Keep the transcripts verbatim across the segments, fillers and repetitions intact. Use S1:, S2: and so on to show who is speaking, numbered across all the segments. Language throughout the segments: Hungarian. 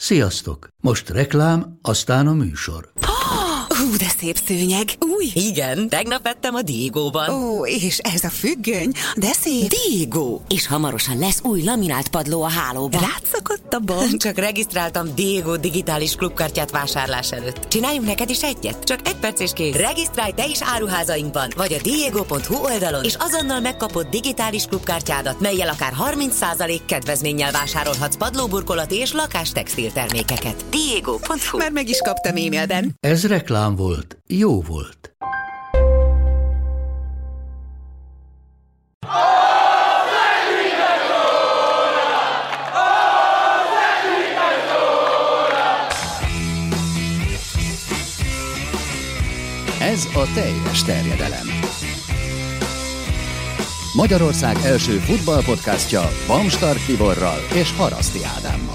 S1: Sziasztok! Most reklám, aztán a műsor.
S2: Hú, de szép szőnyeg. Új?
S3: Igen, tegnap vettem a Diegóban.
S2: Ó, és ez a függöny, de szép.
S3: Diegó! És hamarosan lesz új laminált padló a hálóban.
S2: Rátszakadt a bank.
S3: Csak regisztráltam Diegó digitális klubkártyát vásárlás előtt. Csináljunk neked is egyet? Csak egy perc és kész. Regisztrálj te is áruházainkban, vagy a diego pont hu oldalon, és azonnal megkapod digitális klubkártyádat, mellyel akár harminc százalék kedvezménnyel vásárolhatsz padlóburkolati és lakástextil termékeket. diego pont hu.
S2: Már meg is kaptam e-mailben.
S1: Ez reklám volt, jó volt.
S4: Ez a teljes terjedelem. Magyarország első futballpodcastja Bamstart Tiborral és Haraszti Ádámmal.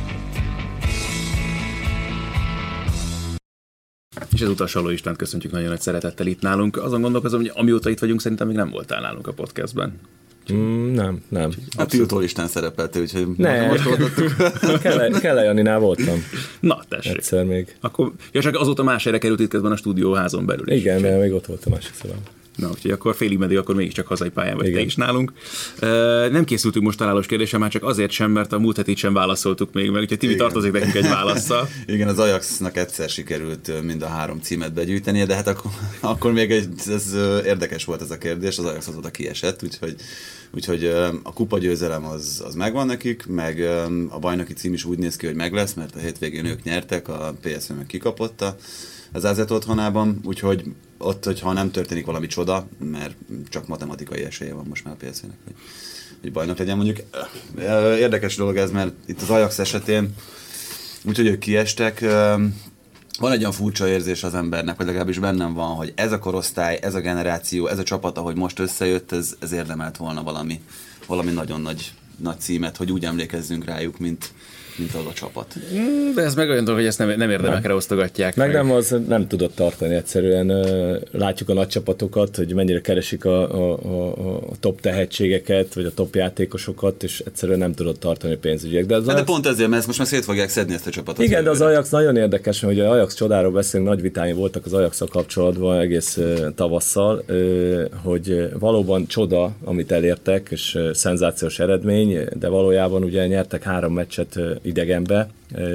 S5: És ezúttal Saló Istvánt köszöntjük nagyon nagy szeretettel itt nálunk. Azon gondolkozom, hogy amióta itt vagyunk, szerintem még nem voltál nálunk a podcastben.
S6: Mm, nem, nem.
S7: A tiltó listán szerepeltél, úgyhogy
S6: ne.
S7: most oldottuk.
S6: Kele, Kele Janinál voltam.
S5: Na, tessék.
S6: Egyszer még.
S5: Akkor, ja, csak azóta más helyre került itt közben a stúdióházon belül is.
S6: Igen, mert még ott volt a másik szobában.
S5: Na, úgyhogy akkor félig meddig, akkor mégiscsak hazai pályán vagy
S6: igen.
S5: te is nálunk. Uh, nem készültünk most találós kérdésre, már csak azért sem, mert a múlt hétit sem válaszoltuk még meg, úgyhogy Tibi tartozik nekünk egy válasszal.
S7: Igen, az Ajaxnak egyszer sikerült mind a három címet begyűjtenie, de hát akkor, akkor még egy, ez érdekes volt ez a kérdés, az Ajax azóta kiesett, úgyhogy, úgyhogy a kupagyőzelem az, az megvan nekik, meg a bajnoki cím is úgy néz ki, hogy meg lesz, mert a hétvégén ők nyertek, a pé es vé meg kikapott az á zet otthonában, úgyhogy ott, hogyha nem történik valami csoda, mert csak matematikai esélye van most már a pé es vé-nek, hogy, hogy bajnok legyen. Mondjuk érdekes dolog ez, mert itt az Ajax esetén, úgyhogy ők kiestek, van egy olyan furcsa érzés az embernek, vagy legalábbis bennem van, hogy ez a korosztály, ez a generáció, ez a csapat, ahogy most összejött, ez, ez érdemelt volna valami, valami nagyon nagy, nagy címet, hogy úgy emlékezzünk rájuk, mint mint az a csapat.
S5: De ez meg olyan dolog, hogy ezt nem, nem érdemekre osztogatják.
S6: Meg, meg nem, az nem tudott tartani egyszerűen. Látjuk a nagy csapatokat, hogy mennyire keresik a, a, a top tehetségeket, vagy a top játékosokat, és egyszerűen nem tudott tartani a pénzügyek. De, az
S7: de
S6: Ajax...
S7: pont ezért, mert ezt most már szét fogják szedni ezt a csapatot.
S6: Igen, de az Ajax nagyon érdekes, hogy az Ajax csodáról beszélünk, nagy vitái voltak az Ajax-szal kapcsolatban egész tavasszal, hogy valóban csoda, amit elértek, és szenzációs eredmény, de valójában ugye nyertek három meccset idegenbe,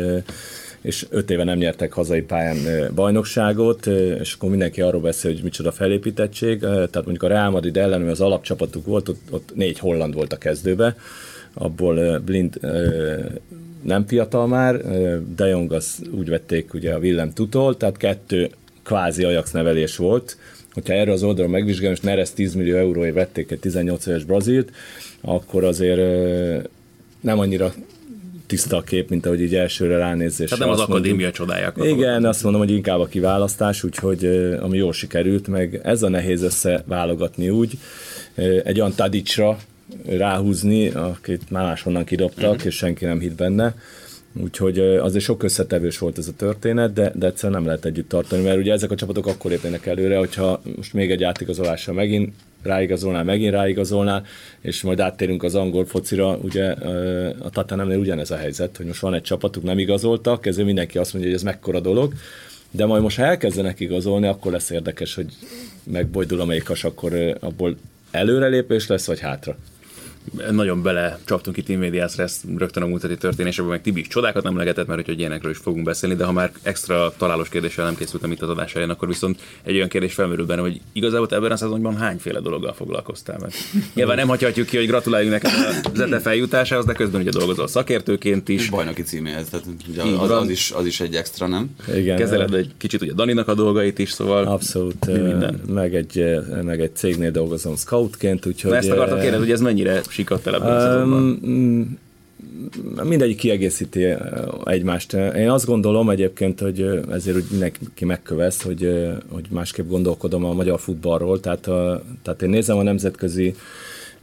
S6: és öt éve nem nyertek hazai pályán bajnokságot, és akkor mindenki arról beszél, hogy micsoda felépítettség. Tehát mondjuk a Real Madrid ellen, az alapcsapatuk volt, ott, ott négy holland volt a kezdőbe, abból Blind nem fiatal már, De Jong az úgy vették ugye a Willem Tutól, tehát kettő kvázi Ajax nevelés volt. Hogyha erre az oldalon megvizsgálom, és Neres tíz millió euróért vették egy tizennyolc éves Brazilt, akkor azért nem annyira tiszta a kép, mint ahogy így elsőre ránézés.
S5: Tehát nem az akadémia csodája.
S6: Igen, azt mondom, hogy inkább a kiválasztás, úgyhogy ami jól sikerült, meg ez a nehéz összeválogatni úgy, egy olyan Tadicsra ráhúzni, akit már máshonnan kidobtak, uh-huh. és senki nem hitt benne. Úgyhogy azért sok összetevős volt ez a történet, de, de egyszerűen nem lehet együtt tartani, mert ugye ezek a csapatok akkor lépnének előre, hogyha most még egy átigazolással megint ráigazolnál, megint ráigazolnál, és majd áttérünk az angol focira, ugye a Tottenhamnél ugyanez a helyzet, hogy most van egy csapatuk, nem igazoltak, ezért mindenki azt mondja, hogy ez mekkora dolog, de majd most ha elkezdenek igazolni, akkor lesz érdekes, hogy megbojdul amelyikas, akkor abból előrelépés lesz, vagy hátra.
S5: Nagyon bele csaptunk itt in medias res rögtön a múlt heti történésekben, meg Tibi is csodákat nem legetett, mert hogy ilyenekről is fogunk beszélni, de ha már extra találós kérdéssel nem készültem itt az adás elején, akkor viszont egy olyan kérdés felmerül benne, hogy igazából ebben a szezonban hányféle dologgal foglalkoztál meg. Nyilván nem hagyhatjuk ki, hogy gratuláljunk neked a zé té feljutásához, de közben ugye dolgozol szakértőként is.
S7: Bajnoki címéhez, tehát ugye az, az, is, az is egy extra, nem?
S6: Igen.
S5: Kezeled egy kicsit ugye Daninak a dolgait is, szóval
S6: abszolút, meg egy, meg egy cégnél dolgozom scoutként, úgyhogy...
S5: Na ezt akartam kérdezni, hogy ez mennyire sikott el ebben a szezonban?
S6: Mindegyik kiegészíti egymást. Én azt gondolom egyébként, hogy ezért úgy mindenki megkövesz, hogy, hogy másképp gondolkodom a magyar futballról, tehát, a, tehát én nézem a nemzetközi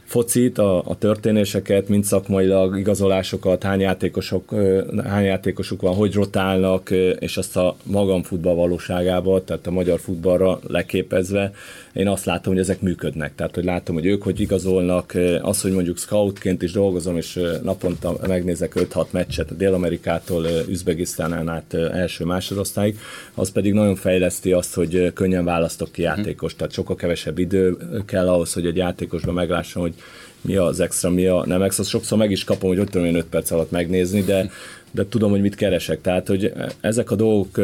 S6: focit, a, a történéseket, mind szakmailag, igazolásokat, hány, játékosok, hány játékosuk van, hogy rotálnak, és azt a magam futball valóságába, tehát a magyar futballra leképezve, én azt látom, hogy ezek működnek. Tehát, hogy látom, hogy ők hogy igazolnak, az, hogy mondjuk scoutként is dolgozom, és naponta megnézek öt-hat meccset Dél-Amerikától Üzbegisztánán át első másodosztályig, az pedig nagyon fejleszti azt, hogy könnyen választok ki játékost. Tehát sokkal kevesebb idő kell ahhoz, hogy egy játékosban meglássam, hogy mi az extra, mi a nem extra. Sokszor meg is kapom, hogy hogy tudom én öt perc alatt megnézni, de, de tudom, hogy mit keresek. Tehát, hogy ezek a dolgok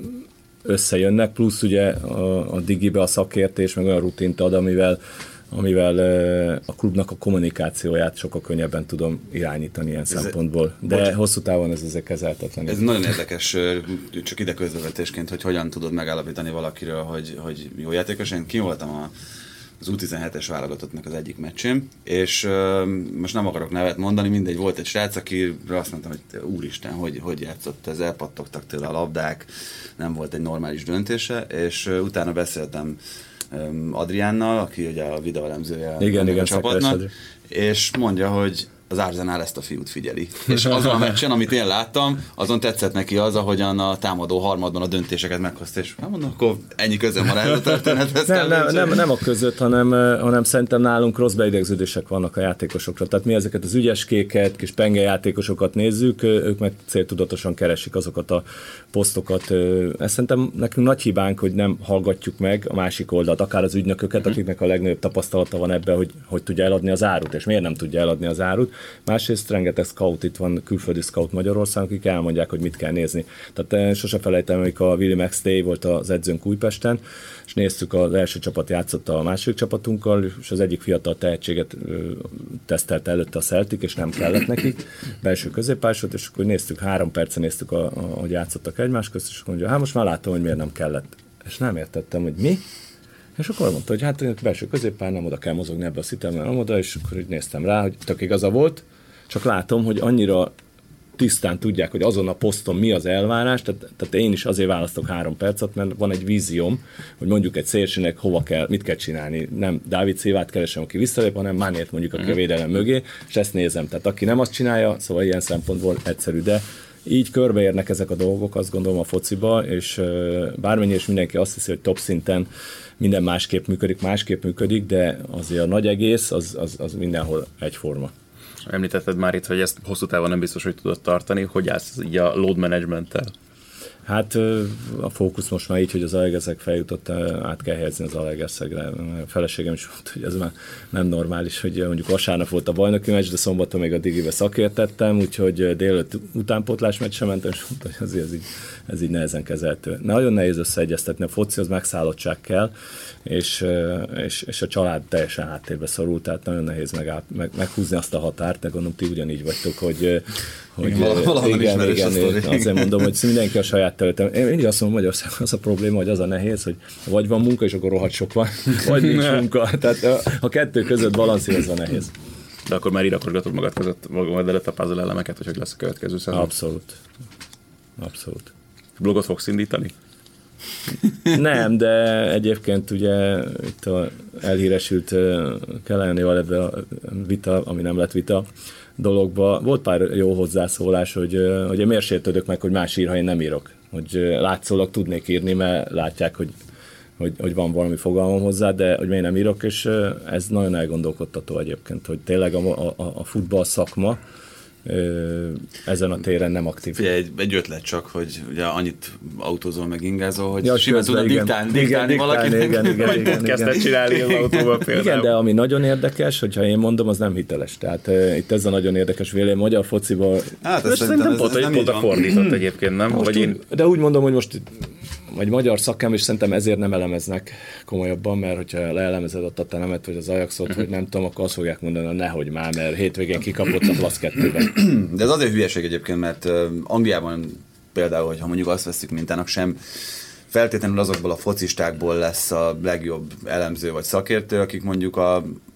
S6: összejönnek, plusz ugye a, a digibe a szakértés, meg olyan rutint ad, amivel, amivel a klubnak a kommunikációját sokkal könnyebben tudom irányítani ilyen ez szempontból. De bocs, hosszú távon ez ezek kezeltetlen.
S7: Ez nagyon érdekes, csak ide közbevetésként, hogy hogyan tudod megállapítani valakiről, hogy, hogy jó játékos. Én ki voltam a az U tizenhetes válogatottnak az egyik meccsén, és uh, most nem akarok nevet mondani, mindegy, volt egy srác, akire azt mondtam, hogy úristen, hogy, hogy játszott ez, elpattogtak tőle a labdák, nem volt egy normális döntése, és uh, utána beszéltem um, Adriánnal, aki ugye a videóelemzője
S6: igen,
S7: a
S6: igen,
S7: csapatnak, és mondja, hogy az Arsenal ezt a fiút figyeli. És azon a meccsen, amit én láttam, azon tetszett neki az, ahogyan a támadó harmadban a döntéseket meghozta, és hát mondom, akkor ennyi köze van ehhez a történethez.
S6: Nem, nem, nem, nem a között, hanem, hanem szerintem nálunk rossz beidegződések vannak a játékosokra. Tehát mi ezeket az ügyeskéket, kis penge játékosokat nézzük, ők meg céltudatosan keresik azokat a posztokat. Ez szerintem nekünk nagy hibánk, hogy nem hallgatjuk meg a másik oldalt, akár az ügynököket, akiknek a legnagyobb tapasztalata van ebben, hogy hogy tudja eladni az árut, és miért nem tudja eladni az árut. Másrészt rengeteg scout itt van, külföldi scout Magyarországon, akik elmondják, hogy mit kell nézni. Tehát sose felejtem, amikor a Willy Max Day volt az edzőnk Újpesten, és néztük, az első csapat játszott a második csapatunkkal, és az egyik fiatal tehetséget tesztelte előtte a Celtic, és nem kellett nekik, belső középpásot, és akkor néztük, három percen néztük, a, a, hogy játszottak egymás közt, és mondja, hát most már látom, hogy miért nem kellett. És nem értettem, hogy mi? És akkor mondta, hogy hát belső középpár, nem oda kell mozogni ebbe a szitelben, nem oda, és akkor így néztem rá, hogy tök igaza volt, csak látom, hogy annyira tisztán tudják, hogy azon a poszton mi az elvárás, tehát, tehát én is azért választok három percet, mert van egy vízióm, hogy mondjuk egy szélsőnek hova kell, mit kell csinálni. Nem Dávid Szilvát keresem, aki visszalép, hanem Mánét mondjuk, aki a védelem mögé, és ezt nézem. Tehát aki nem azt csinálja, szóval ilyen szempontból egyszerű, de így körbeérnek ezek a dolgok, azt gondolom a fociba, és bármennyi és mindenki azt hiszi, hogy top szinten minden másképp működik, másképp működik, de azért a nagy egész az, az, az mindenhol egyforma.
S5: Említetted már itt, hogy ezt hosszú távon nem biztos, hogy tudod tartani. Hogy állsz így a load managementtel?
S6: Hát a fókusz most már így, hogy az Zalaegerszeg feljutott, át kell helyezni az Zalaegerszegre. A feleségem is mondta, hogy ez már nem normális, hogy mondjuk vasárnap volt a bajnoki meccs, de szombaton még a digibe szakértettem, úgyhogy délelőtt utánpótlás meccsre mentem, és mondta, hogy azért ez így, ez így nehezen kezelhető. Nagyon nehéz összeegyeztetni, a foci az megszállottság kell, és, és, és a család teljesen háttérbe szorult, tehát nagyon nehéz meg, meg, meghúzni azt a határt, de gondolom ti ugyanígy vagytok, hogy hogy
S7: valahol
S6: igen, igen, igen, azért mondom, hogy mindenki a saját területen. Én mindig azt mondom, hogy Magyarországon az a probléma, hogy az a nehéz, hogy vagy van munka, és akkor rohadt sok van, vagy nincs munka. Tehát a kettő között balanszírozva nehéz.
S5: De akkor már irakodgatod magad között, magad előtt a puzzle elemeket, hogy hogy lesz a következő szezon?
S6: Abszolút. Abszolút.
S5: Blogot fogsz indítani?
S6: Nem, de egyébként ugye itt a elhíresült Kelenival ebbe a vita, ami nem lett vita, dologba. Volt pár jó hozzászólás, hogy, hogy én miért sértődök meg, hogy más ír, ha én nem írok. Hogy látszólag tudnék írni, mert látják, hogy, hogy, hogy van valami fogalmam hozzá, de hogy miért nem írok, és ez nagyon elgondolkodtató egyébként, hogy tényleg a, a, a futball szakma ezen a téren nem aktív.
S7: Figyelj, egy, egy ötlet csak, hogy ugye annyit autózol meg ingázol, hogy
S6: ja,
S7: simán tudod diktálni, diktálni valakinek,
S6: igen, igen,
S5: hogy podcastet csinálni az autóban például.
S6: Igen, de ami nagyon érdekes, hogyha én mondom, az nem hiteles. Tehát uh, itt ez a nagyon érdekes vélemény. Magyar fociban...
S7: Hát
S5: ez szerintem pont, hogy pont a fordított egyébként, nem?
S6: Vagy én... De úgy mondom, hogy most vagy magyar szakám, és szerintem ezért nem elemeznek komolyabban, mert hogyha leelemezed a Tatanemet, vagy az Ajaxot, uh-huh. vagy nem tudom, akkor azt fogják mondani, nehogy már, mert hétvégén kikapott a plusz kettőben.
S7: De ez azért hülyeség egyébként, mert Angliában például, hogyha mondjuk azt veszük mintának, sem feltétlenül azokból a focistákból lesz a legjobb elemző vagy szakértő, akik mondjuk a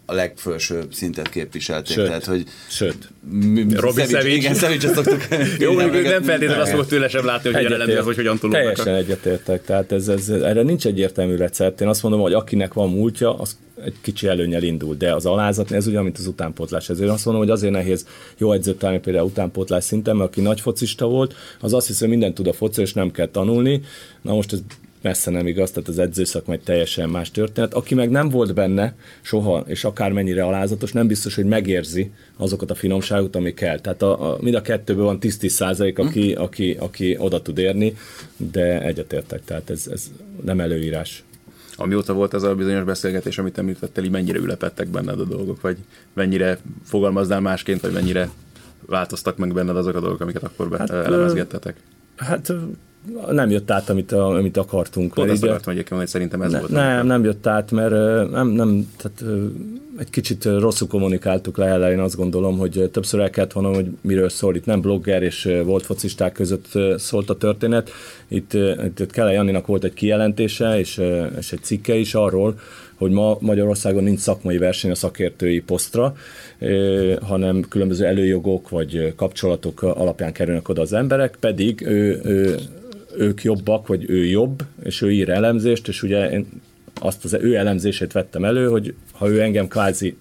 S7: a legfelső szintet képviselték.
S6: Sőt,
S7: tehát, hogy
S6: sőt.
S5: Robi Szevics.
S7: Igen, Szevicset szoktuk.
S5: Jó, mondjuk nem feltétlenül azt fogod tőle sem látni, hogy hogyan elemzed, hogy hogyan tulódnak.
S6: Teljesen egyetértek, tehát ez, ez, erre nincs egyértelmű recept. Én azt mondom, hogy akinek van múltja, az egy kicsi előnnyel indul, de az alázatni, ez ugyan, mint az utánpótlás. Ezért azt mondom, hogy azért nehéz jó edzőt találni például utánpótlás szinten, mert aki nagy focista volt, az azt hiszem, mindent tud a foci, és nem kell tanulni. Na most ez messze nem igaz, tehát az edzőszakma egy teljesen más történet. Aki meg nem volt benne soha, és akármennyire alázatos, nem biztos, hogy megérzi azokat a finomságot, ami kell. Tehát a, a, mind a kettőből van tíz-tíz százalék, aki, hmm. aki, aki oda tud érni, de egyetértek, tehát ez, ez nem előírás.
S5: Amióta volt ez a bizonyos beszélgetés, amit említettél, így mennyire ülepettek benned a dolgok, vagy mennyire fogalmaznál másként, vagy mennyire változtak meg benned azok a dolgok, amiket akkor be, hát, elemezgettetek?
S6: Hát nem jött át, amit, a, amit akartunk.
S5: Pont azt akartam egyébként, hogy szerintem ez
S6: ne,
S5: volt.
S6: Nem, nem jött át, mert nem, nem, tehát egy kicsit rosszul kommunikáltuk le elején, azt gondolom, hogy többször el kellett volna, hogy miről szól. Itt nem blogger és volt focisták között szólt a történet. Itt, itt Kele Janninak volt egy kijelentése és, és egy cikke is arról, hogy ma Magyarországon nincs szakmai verseny a szakértői posztra, hanem különböző előjogok vagy kapcsolatok alapján kerülnek oda az emberek, pedig ő, ő, ők jobbak, vagy ő jobb, és ő ír elemzést, és ugye én azt az ő elemzését vettem elő, hogy ha ő engem kvázi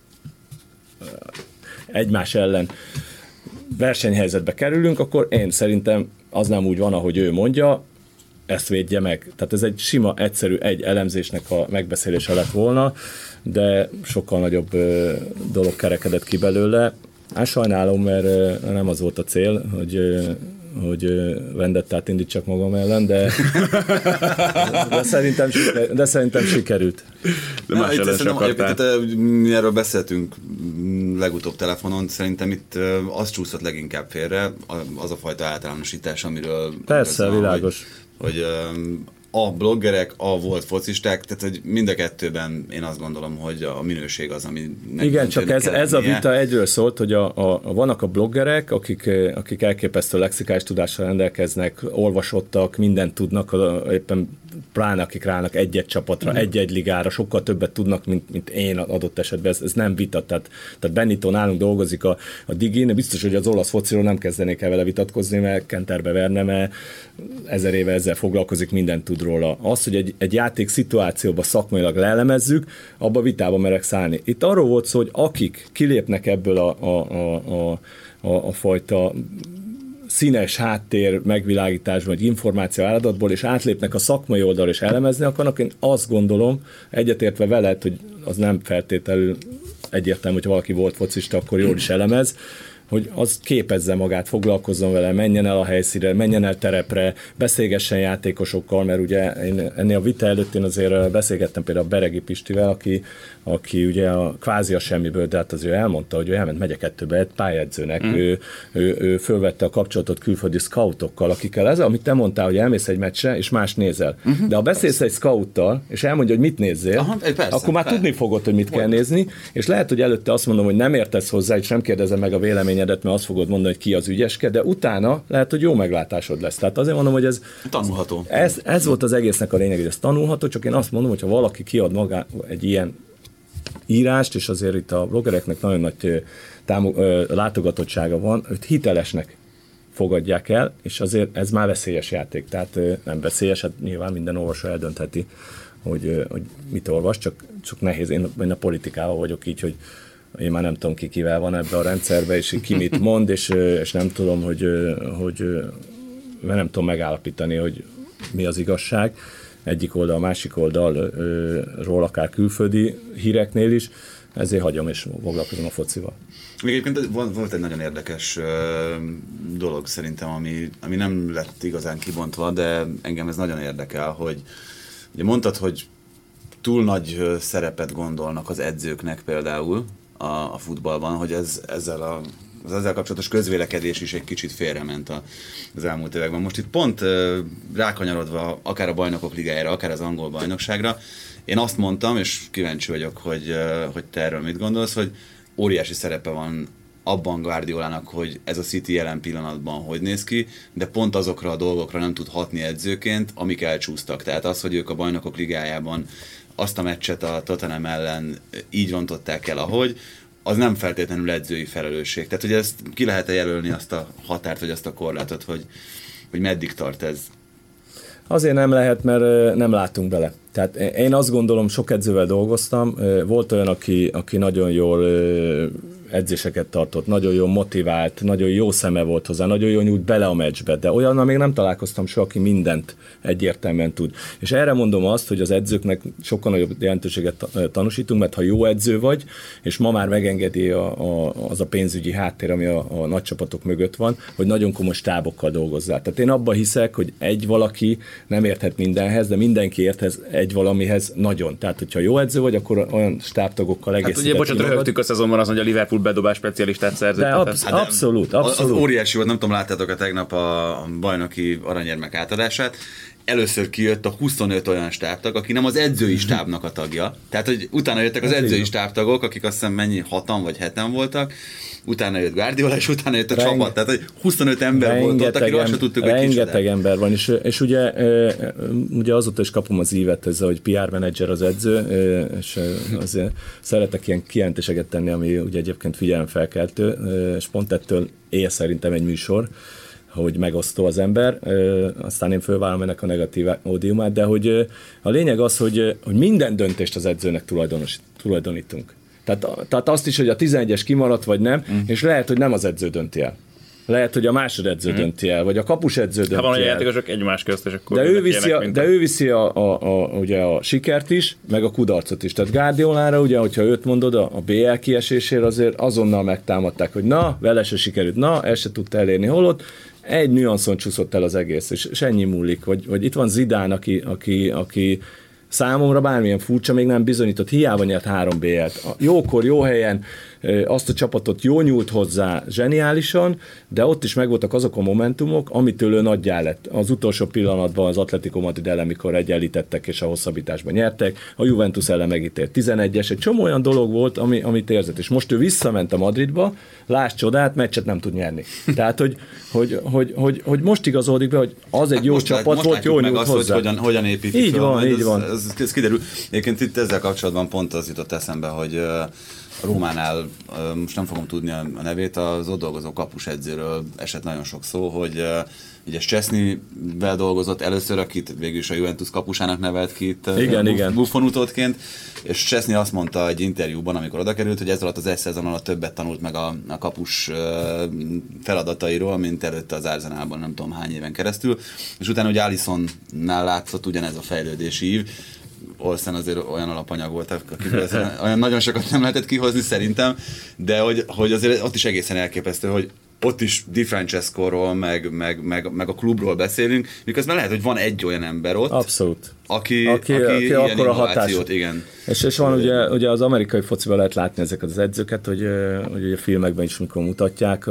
S6: egymás ellen versenyhelyzetbe kerülünk, akkor én szerintem az nem úgy van, ahogy ő mondja, ezt védje meg. Tehát ez egy sima, egyszerű, egy elemzésnek a megbeszélése lett volna, de sokkal nagyobb ö, dolog kerekedett ki belőle. Hát sajnálom, mert ö, nem az volt a cél, hogy, ö, hogy ö, vendettát indítsak magam ellen, de, de, szerintem, siker, de szerintem sikerült.
S5: De más ellen sem akartál.
S7: Mi erről beszéltünk legutóbb telefonon, szerintem itt az csúszott leginkább félre, az a fajta általánosítás, amiről...
S6: Persze, világos.
S7: Hogy, hogy a bloggerek, a volt focisták, tehát hogy mind a kettőben én azt gondolom, hogy a minőség az, ami...
S6: Igen, csak ez, ez a vita egyről szólt, hogy a, a, a, vannak a bloggerek, akik, akik elképesztő lexikális tudással rendelkeznek, olvasottak, mindent tudnak, éppen pláne akik rának egy-egy csapatra, egy-egy ligára, sokkal többet tudnak, mint, mint én adott esetben, ez, ez nem vita. Tehát, tehát Benito nálunk dolgozik a, a Digin, biztos, hogy az olasz fociról nem kezdenék el vele vitatkozni, mert Kenterbe verne, mert ezer éve ezzel foglalkozik, mindent tud róla. Az, hogy egy, egy játék szituációba szakmailag leelemezzük, abba vitába merek szállni. Itt arról volt szó, hogy akik kilépnek ebből a, a, a, a, a, a fajta színes háttér megvilágításban, vagy információ áradatból, és átlépnek a szakmai oldalra, és elemezni akarnak, én azt gondolom, egyetértve veled, hogy az nem feltétlenül egyértelmű, hogy valaki volt focista, akkor jól is elemez, hogy az képezze magát, foglalkozzon vele, menjen el a helyszínre, menjen el terepre, beszélgessen játékosokkal, mert ugye én ennél a vita előtt én azért beszélgettem például a Beregi Pistivel, aki, aki ugye a, kvázi a semmiből, de hát azért elmondta, hogy ő elment megye kettőbe egy pályedzőnek, mm. ő, ő, ő fölvette a kapcsolatot külföldi scoutokkal, akikkel ez, amit te mondtál, hogy elmész egy meccsre, és más nézel. Mm-hmm. De ha beszélsz persze egy scouttal, és elmondja, hogy mit nézzél, aha, persze, akkor már persze. tudni fogod, hogy mit Hogy kell nézni, és lehet, hogy előtte azt mondom, hogy nem értesz hozzá, és nem kérdezem meg a véleményedet, mert azt fogod mondani, hogy ki az ügyeske, de utána lehet, hogy jó meglátásod lesz. Tehát azért mondom, hogy ez
S7: tanulható.
S6: Ez, ez volt az egésznek a lényeg, hogy ez tanulható, csak én azt mondom, hogy ha valaki kiad magá egy ilyen írást, és azért itt a bloggereknek nagyon nagy támog, látogatottsága van, őt hitelesnek fogadják el, és azért ez már veszélyes játék. Tehát nem veszélyes, hát nyilván minden olvasó eldöntheti, hogy, hogy mit olvas, csak, csak nehéz. Én, én a politikával vagyok így, hogy én már nem tudom ki kivel van ebbe a rendszerbe, és ki mit mond, és, és nem tudom, hogy, hogy nem tudom megállapítani, hogy mi az igazság. Egyik oldal, másik oldalról, akár külföldi híreknél is, ezért hagyom és foglalkozom a focival.
S7: Még egyébként volt egy nagyon érdekes dolog szerintem, ami, ami nem lett igazán kibontva, de engem ez nagyon érdekel, hogy ugye mondtad, hogy túl nagy szerepet gondolnak az edzőknek például a, a futballban, hogy ez, ezzel a az ezzel kapcsolatos közvélekedés is egy kicsit félrement a, az elmúlt években. Most itt pont rákanyarodva akár a Bajnokok Ligájára, akár az angol bajnokságra, én azt mondtam, és kíváncsi vagyok, hogy, hogy te erről mit gondolsz, hogy óriási szerepe van abban Guardiolának, hogy ez a City jelen pillanatban hogy néz ki, de pont azokra a dolgokra nem tud hatni edzőként, amik elcsúsztak. Tehát az, hogy ők a Bajnokok Ligájában azt a meccset a Tottenham ellen így rontották el, ahogy, az nem feltétlenül edzői felelősség. Tehát, hogy ezt ki lehet-e jelölni azt a határt, vagy azt a korlátot, hogy, hogy meddig tart ez?
S6: Azért nem lehet, mert nem látunk bele. Tehát én azt gondolom, sok edzővel dolgoztam, volt olyan, aki, aki nagyon jól edzéseket tartott, nagyon jól motivált, nagyon jó szeme volt hozzá, nagyon jól nyújt bele a meccsbe, de olyannal még nem találkoztam soha, aki mindent egyértelműen tud. És erre mondom azt, hogy az edzőknek sokkal nagyobb jelentőséget tanúsítunk, mert ha jó edző vagy, és ma már megengedi a, a, az a pénzügyi háttér, ami a, a nagy csapatok mögött van, hogy nagyon komoly stábokkal dolgozzál. Tehát én abban hiszek, hogy egy valaki nem érthet mindenhez, de mindenki érthez egy valamihez nagyon. Tehát, hogyha jó edző vagy, akkor olyan stábtagokkal egészített.
S5: Hát ugye, bocsánat, röhögtük a szezonban azon, hogy a Liverpool bedobás specialistát szerzett.
S6: De absz- hát abszolút, abszolút.
S7: Az óriási volt, nem tudom, láttátok-e tegnap a bajnoki aranyérmek átadását. Először kijött a huszonöt olyan stábtag, aki nem az edzői stábnak a tagja. Tehát, hogy utána jöttek az edzői stábtagok, akik azt hiszem mennyi, hatan vagy heten voltak, utána jött Guardiola, és utána jött a Reng- csapat. Tehát, hogy huszonöt ember volt ott, akiről azt se tudtuk, hogy kicsoda.
S6: Rengeteg ember van, és, és ugye, ugye azóta is kapom az ívet, ez, hogy pé er menedzser az edző, és azért szeretek ilyen kijelentéseket tenni, ami ugye egyébként figyelemfelkeltő, és pont ettől él szerintem egy műsor, hogy megosztó az ember, aztán én fölvállom ennek a negatív ódiumát, de hogy a lényeg az, hogy, hogy minden döntést az edzőnek tulajdonos, tulajdonítunk. Tehát, tehát azt is, hogy a tizenegyes kimaradt, vagy nem, mm. és lehet, hogy nem az edző dönti el. Lehet, hogy a másodedző mm. dönti el, vagy a kapusedző dönti el.
S5: Ha van olyan játékosok egymás közt, és akkor...
S6: De ő viszi, a, de ő viszi a, a, a, ugye a sikert is, meg a kudarcot is. Tehát Guardiolára, ugye, hogyha őt mondod, a, a bé el kiesésére azért azonnal megtámadták, hogy na, vele se sikerült, na, ezt se tudta elérni, holott egy nüanszon csúszott el az egész, és, és ennyi múlik. Vagy, vagy itt van Zidane, aki, aki, aki számomra bármilyen furcsa, még nem bizonyított, hiába nyert három bé el-t. Jókor, jó helyen, azt a csapatot jó nyújt hozzá zseniálisan, de ott is megvoltak azok a momentumok, amitől ő nagyjá lett. Az utolsó pillanatban az Atletico Madrid ellen, mikor egyenlítettek és a hosszabbításban nyertek, a Juventus ellen megítélt tizenegyes, egy csomó olyan dolog volt, ami, amit érzett. És most ő visszament a Madridba, láss csodát, meccset nem tud nyerni. Tehát, hogy, hogy, hogy, hogy, hogy most igazódik be, hogy az egy hát jó most csapat lát, volt, jó nyújt hozzá.
S7: Azt, hogy hogyan, hogyan építik
S6: így
S7: fel,
S6: van, így
S7: ez,
S6: van.
S7: Ez, ez, ez kiderül. Egyébként itt ezzel kapcsolatban pont az jutott eszembe, hogy a Rómánál, most nem fogom tudni a nevét, az ott dolgozó kapusedzőről esett nagyon sok szó, hogy ugye Szczesnyvel dolgozott először, akit végül is a Juventus kapusának nevelt ki itt
S6: igen, Buff- igen.
S7: Buffon utódként, és Szczesny azt mondta egy interjúban, amikor oda került, hogy ez alatt az egy szezon alatt többet tanult meg a, a kapus feladatairól, mint előtte az Arsenalban nem tudom hány éven keresztül, és utána ugye Alissonnál látszott ugyanez a fejlődési ív. Olsen azért olyan alapanyag volt, akiből olyan nagyon sokat nem lehetett kihozni szerintem, de hogy, hogy azért ott is egészen elképesztő, hogy ott is Di Francescoról, meg, meg, meg, meg a klubról beszélünk, miközben lehet, hogy van egy olyan ember ott,
S6: abszolút.
S7: aki,
S6: aki,
S7: aki,
S6: aki
S7: ilyen
S6: akkor a hatás.
S7: Igen.
S6: És, és van ugye, ugye az amerikai fociban lehet látni ezeket az edzőket, hogy, hogy ugye filmekben is mikor mutatják,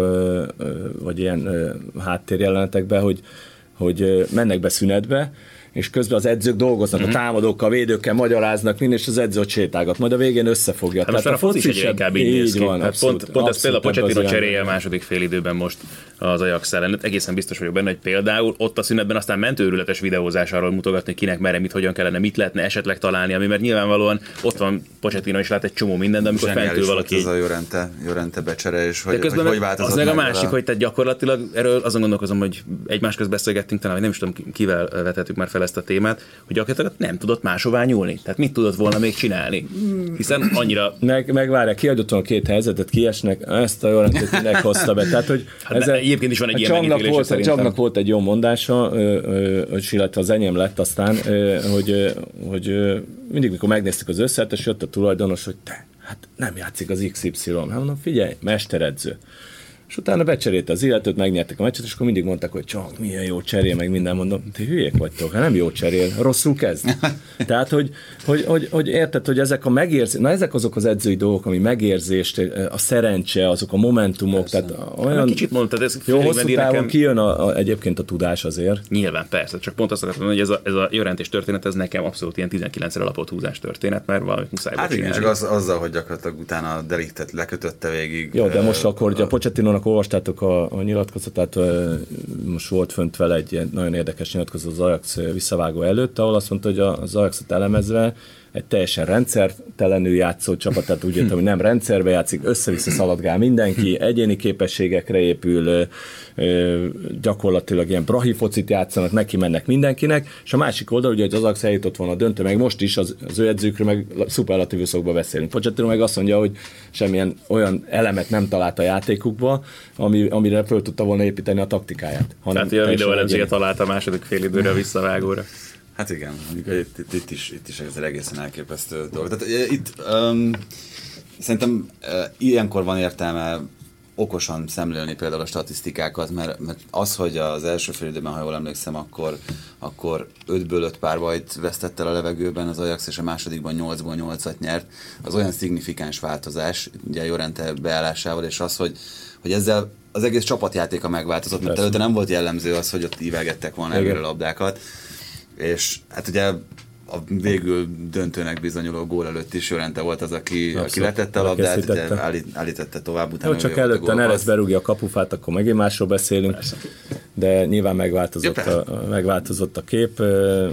S6: vagy ilyen háttérjelenetekben, hogy, hogy mennek be szünetbe, és közben az edzők dolgoznak, mm-hmm. a támadókkal, védőkkel magyaráznak, minden, és az edző ott sétálgat, majd a végén összefogja.
S5: Hát most a foci is inkább így néz ki.
S6: Van,
S5: hát
S6: abszolút,
S5: pont, pont ez például a Pochettino cseréje a
S6: van.
S5: második fél időben most az Ajax ellen. Egészen biztos vagyok benne, hogy például ott a szünetben aztán ment őrületes videózás arról mutogatni, kinek merre, mit, hogyan kellene, mit lehetne esetleg találni, ami mert nyilvánvalóan ott van Pochettino is lát egy csomó minden, de amikor fentül valaki.
S7: Ez a Llorente, Llorente becsere, és hogy,
S5: hogy, hogy változott. Az meg a másik,
S7: a...
S5: hogy tehát gyakorlatilag erről azon gondolkozom, hogy egymás közt beszélgettünk, talán nem is tudom, kivel vetettük már fel ezt a témát, hogy gyakorlatilag nem tudott máshová nyúlni. Tehát mit tudott volna még csinálni? Hiszen annyira...
S6: Meg, megvárják, kiadott a két helyzetet, kiesnek, ezt a Llorentet minek hozta be. Tehát, hogy
S5: hát ezzel, egyébként is van egy ilyen megítélése szerintem.
S6: Csagnak volt egy jó mondása, és illetve az enyém lett aztán, hogy, hogy mindig, mikor megnéztük az összet, és jött a tulajdonos, hogy te, hát nem játszik az iksz ipszilon. Hát mondom, figyelj, mesteredző. És utána becserélte az illetőt, megnyertek a meccset, és akkor mindig mondták, hogy csak milyen jó cserél, meg minden, mondom, ti hülyék vagytok, hát nem jó cserél, rosszul kezd. Tehát, hogy, hogy, hogy, hogy érted, hogy ezek a megérzés, na ezek azok az edzői dolgok, ami megérzést, a szerencse, azok a momentumok, persze. Tehát olyan... Hát,
S5: kicsit mondtad, ez
S6: jó, hosszú távon nekem... kijön a, a, egyébként a tudás azért.
S5: Nyilván, persze, csak pont azt akartam mondani, hogy ez a, ez a Llorentés történet, ez nekem abszolút ilyen tizenkilencszer alapot húzás történet, mert valamit muszáj
S7: hát igen, csak az, azzal, hogy gyakorlatilag utána a deliktet lekötötte végig.
S6: Jó, de most akkor, hogy a Pochettinónak olvastátok a a nyilatkozatát, most volt fönt vele egy nagyon érdekes nyilatkozat az Ajax visszavágó előtt, ahol azt mondta, hogy az Ajaxot elemezve egy teljesen rendszertelenül játszó csapat, tehát úgy értem, hogy nem rendszerbe játszik, össze-vissza szaladgál mindenki, egyéni képességekre épül, gyakorlatilag ilyen brahi focit játszanak, neki mennek mindenkinek, és a másik oldal, ugye, hogy az Ajax eljutott volna a döntő, meg most is az, az ő edzőkről meg szuperlatívuszokba beszélünk. Pochettino meg azt mondja, hogy semmilyen olyan elemet nem talált a játékukba, ami, amire föl tudta volna építeni a taktikáját.
S5: Tehát a videóelemzéget talált a második fél időre a visszavágóra.
S7: Hát igen, itt, itt, itt, is, itt is ez egészen elképesztő dolog. Tehát itt um, szerintem uh, ilyenkor van értelme okosan szemlélni például a statisztikákat, mert, mert az, hogy az első fél időben, ha jól emlékszem, akkor, akkor ötből öt párbajt vesztett el a levegőben az Ajax, és a másodikban nyolcból nyolcat nyert, az olyan szignifikáns változás, ugye Llorente beállásával, és az, hogy, hogy ezzel az egész csapatjátéka megváltozott, mert előtte nem volt jellemző az, hogy ott ívelgettek volna előre a labdákat, és hát ugye a végül döntőnek bizonyuló gól előtt is Llorente volt az, aki, aki letette a labdát, ugye állít, állítette tovább. Utána
S6: jó, csak előtte Neres berúgja a kapufát, akkor megint másról beszélünk, persze. De nyilván megváltozott, a, megváltozott a kép.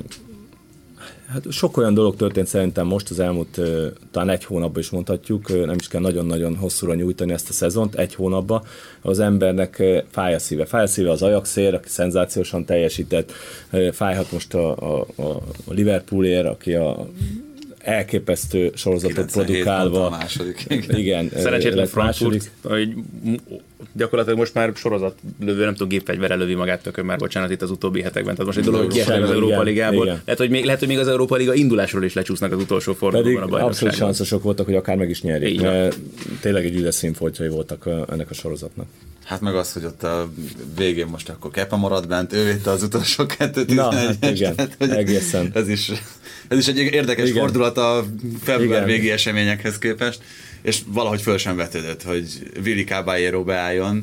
S6: Hát sok olyan dolog történt szerintem most az elmúlt talán egy hónapban is mondhatjuk, nem is kell nagyon-nagyon hosszúra nyújtani ezt a szezont, egy hónapban az embernek fáj a szíve. Fáj a szíve az Ajaxér, aki szenzációsan teljesített, fájhat most a, a, a Liverpoolért, aki a elképesztő sorozatot produkálva.
S7: Második.
S6: Igen.
S5: Szerencsétlen Frankfurt, hogy gyakorlatilag most már sorozat lövő, nem tudom, gépfegyverrel lövi magát, tökön már, bocsánat, itt az utóbbi hetekben. Tehát most egy dolog, hogy kiesnek az Európa Ligából. Lehet hogy, még, lehet, hogy még az Európa Liga indulásról is lecsúsznak az utolsó fordulóban a bajnokságban.
S6: Abszolút sanszosok voltak, hogy akár meg is nyerjék. Mert tényleg egy üdes színfoltjai voltak a, ennek a sorozatnak.
S7: Hát meg az, hogy ott a végén most akkor Kepa maradt bent, ő vitte az utolsó kettő tizenegy.
S6: Na, hát igen, tehát, egészen.
S7: Ez is, ez is egy érdekes igen. fordulat a február végi eseményekhez képest, és valahogy föl sem vetődött, hogy Willy Caballero beálljon.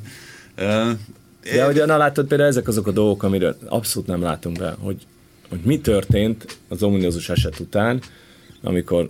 S6: De ugye, na látod, például ezek azok a dolgok, amiről abszolút nem látunk be, hogy, hogy mi történt az ominózus eset után, amikor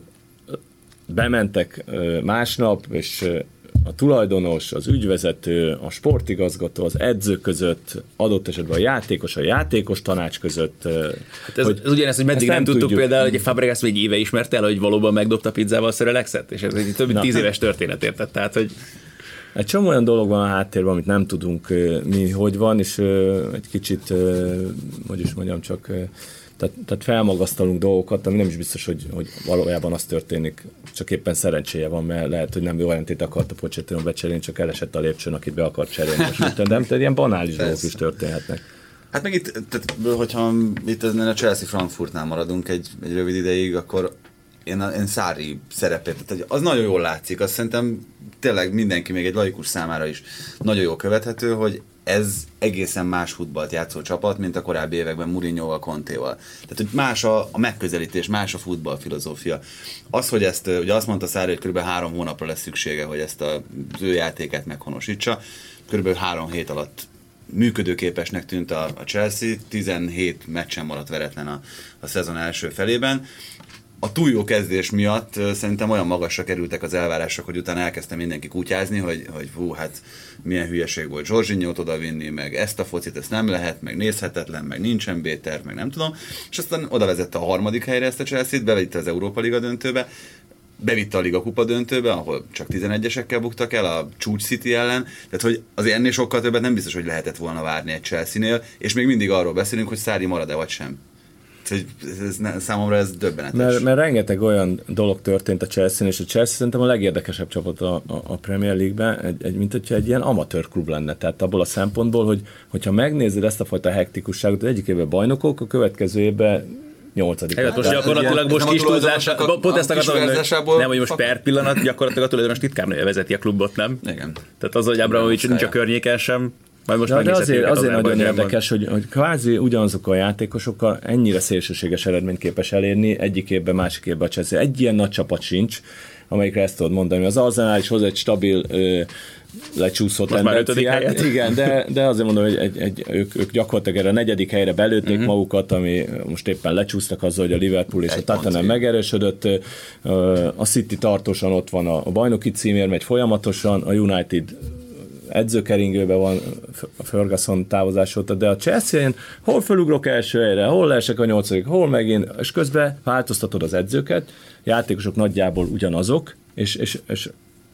S6: bementek másnap, és a tulajdonos, az ügyvezető, a sportigazgató, az edző között, adott esetben a játékos, a játékos tanács között.
S5: Hát ez, ez ugyanez, hogy meddig nem, nem tudtuk, tudjuk. Például, hogy Fabregas még éve ismerte el, hogy valóban megdobta pizzával Sir Alexet, és ez egy több mint tíz éves történet, érted? Tehát, hogy...
S6: Egy csomó olyan dolog van a háttérben, amit nem tudunk mi, hogy van, és egy kicsit, hogy is mondjam, csak... Tehát, tehát felmagasztalunk dolgokat, ami nem is biztos, hogy, hogy valójában az történik, csak éppen szerencséje van, mert lehet, hogy nem Llorentét akart a Pochettino becserélni, csak elesett a lépcsőn, akit be akart cserélni. De nem, tehát ilyen banális dolgok is történhetnek.
S7: Hát meg itt, tehát, hogyha itt a Chelsea-Frankfurtnál maradunk egy, egy rövid ideig, akkor én, a, én Sarri szerepét, tehát az nagyon jól látszik, azt szerintem tényleg mindenki, még egy laikus számára is nagyon jól követhető, hogy ez egészen más futballt játszó csapat, mint a korábbi években Mourinhoval, Contéval. Tehát, hogy más a, a megközelítés, más a futballfilozófia. Az, hogy ezt, ugye azt mondta Sarri, hogy kb. három hónapra lesz szüksége, hogy ezt az ő játékát meghonosítsa. Körülbelül három hét alatt működőképesnek tűnt a, a Chelsea, tizenhét meccsen maradt veretlen a, a szezon első felében. A túl jó kezdés miatt szerintem olyan magasra kerültek az elvárások, hogy utána elkezdtem mindenki kutyázni, hogy, hogy hú, hát milyen hülyeség volt Jorginhót odavinni, meg ezt a focit, ezt nem lehet, meg nézhetetlen, meg nincsen B-terv, meg nem tudom. És aztán oda vezette a harmadik helyre ezt a Chelsea-t, bevitte az Európa Liga döntőbe, bevitte a Liga Kupa döntőbe, ahol csak tizenegyesekkel buktak el a csúcs City ellen, tehát hogy azért ennél sokkal többet nem biztos, hogy lehetett volna várni egy Chelsea-nél, és még mindig arról beszélünk, hogy Sarri marad-e vagy sem. Ez, ez, számomra ez döbbenetes.
S6: Mert, mert rengeteg olyan dolog történt a Chelsea-n, és a Chelsea szerintem a legérdekesebb csapat a, a, a Premier League-ben, egy, egy, mint hogyha egy ilyen amatőr klub lenne. Tehát abból a szempontból, hogy, hogyha megnézed ezt a fajta hektikusságot, az egyik évben bajnokok, a következő évben nyolcadik.
S5: Hát most gyakorlatilag most kis túlzással, pont ezt akartam, hogy nem, hogy most per pillanat gyakorlatilag a tulajdonos titkárnője vezeti a klubot, nem?
S7: Igen.
S5: Tehát az, hogy Abramovich nincs a környéken sem. Most
S6: de, de azért, azért nagyon érdekes, hogy, hogy kvázi ugyanazok a játékosokkal ennyire szélsőséges eredményt képes elérni egyik évben, másik évben a Chelsea. Egy ilyen nagy csapat sincs, amelyikre ezt tudod mondani. Az Arsenal is hoz egy stabil ö, lecsúszott tendenciát. Igen, de, de azért mondom, hogy egy, egy, ők, ők gyakorlatilag erre a negyedik helyre belőtték mm-hmm. magukat, ami most éppen lecsúsztak azzal, hogy a Liverpool és egy a Tottenham megerősödött. A City tartósan ott van a, a bajnoki címért, megy folyamatosan, a United edzőkeringőben van a Ferguson távozás óta, de a Chelsea-n hol fölugrok első helyre, hol leesek a nyolcadik, hol megint, és közben változtatod az edzőket, játékosok nagyjából ugyanazok, és, és, és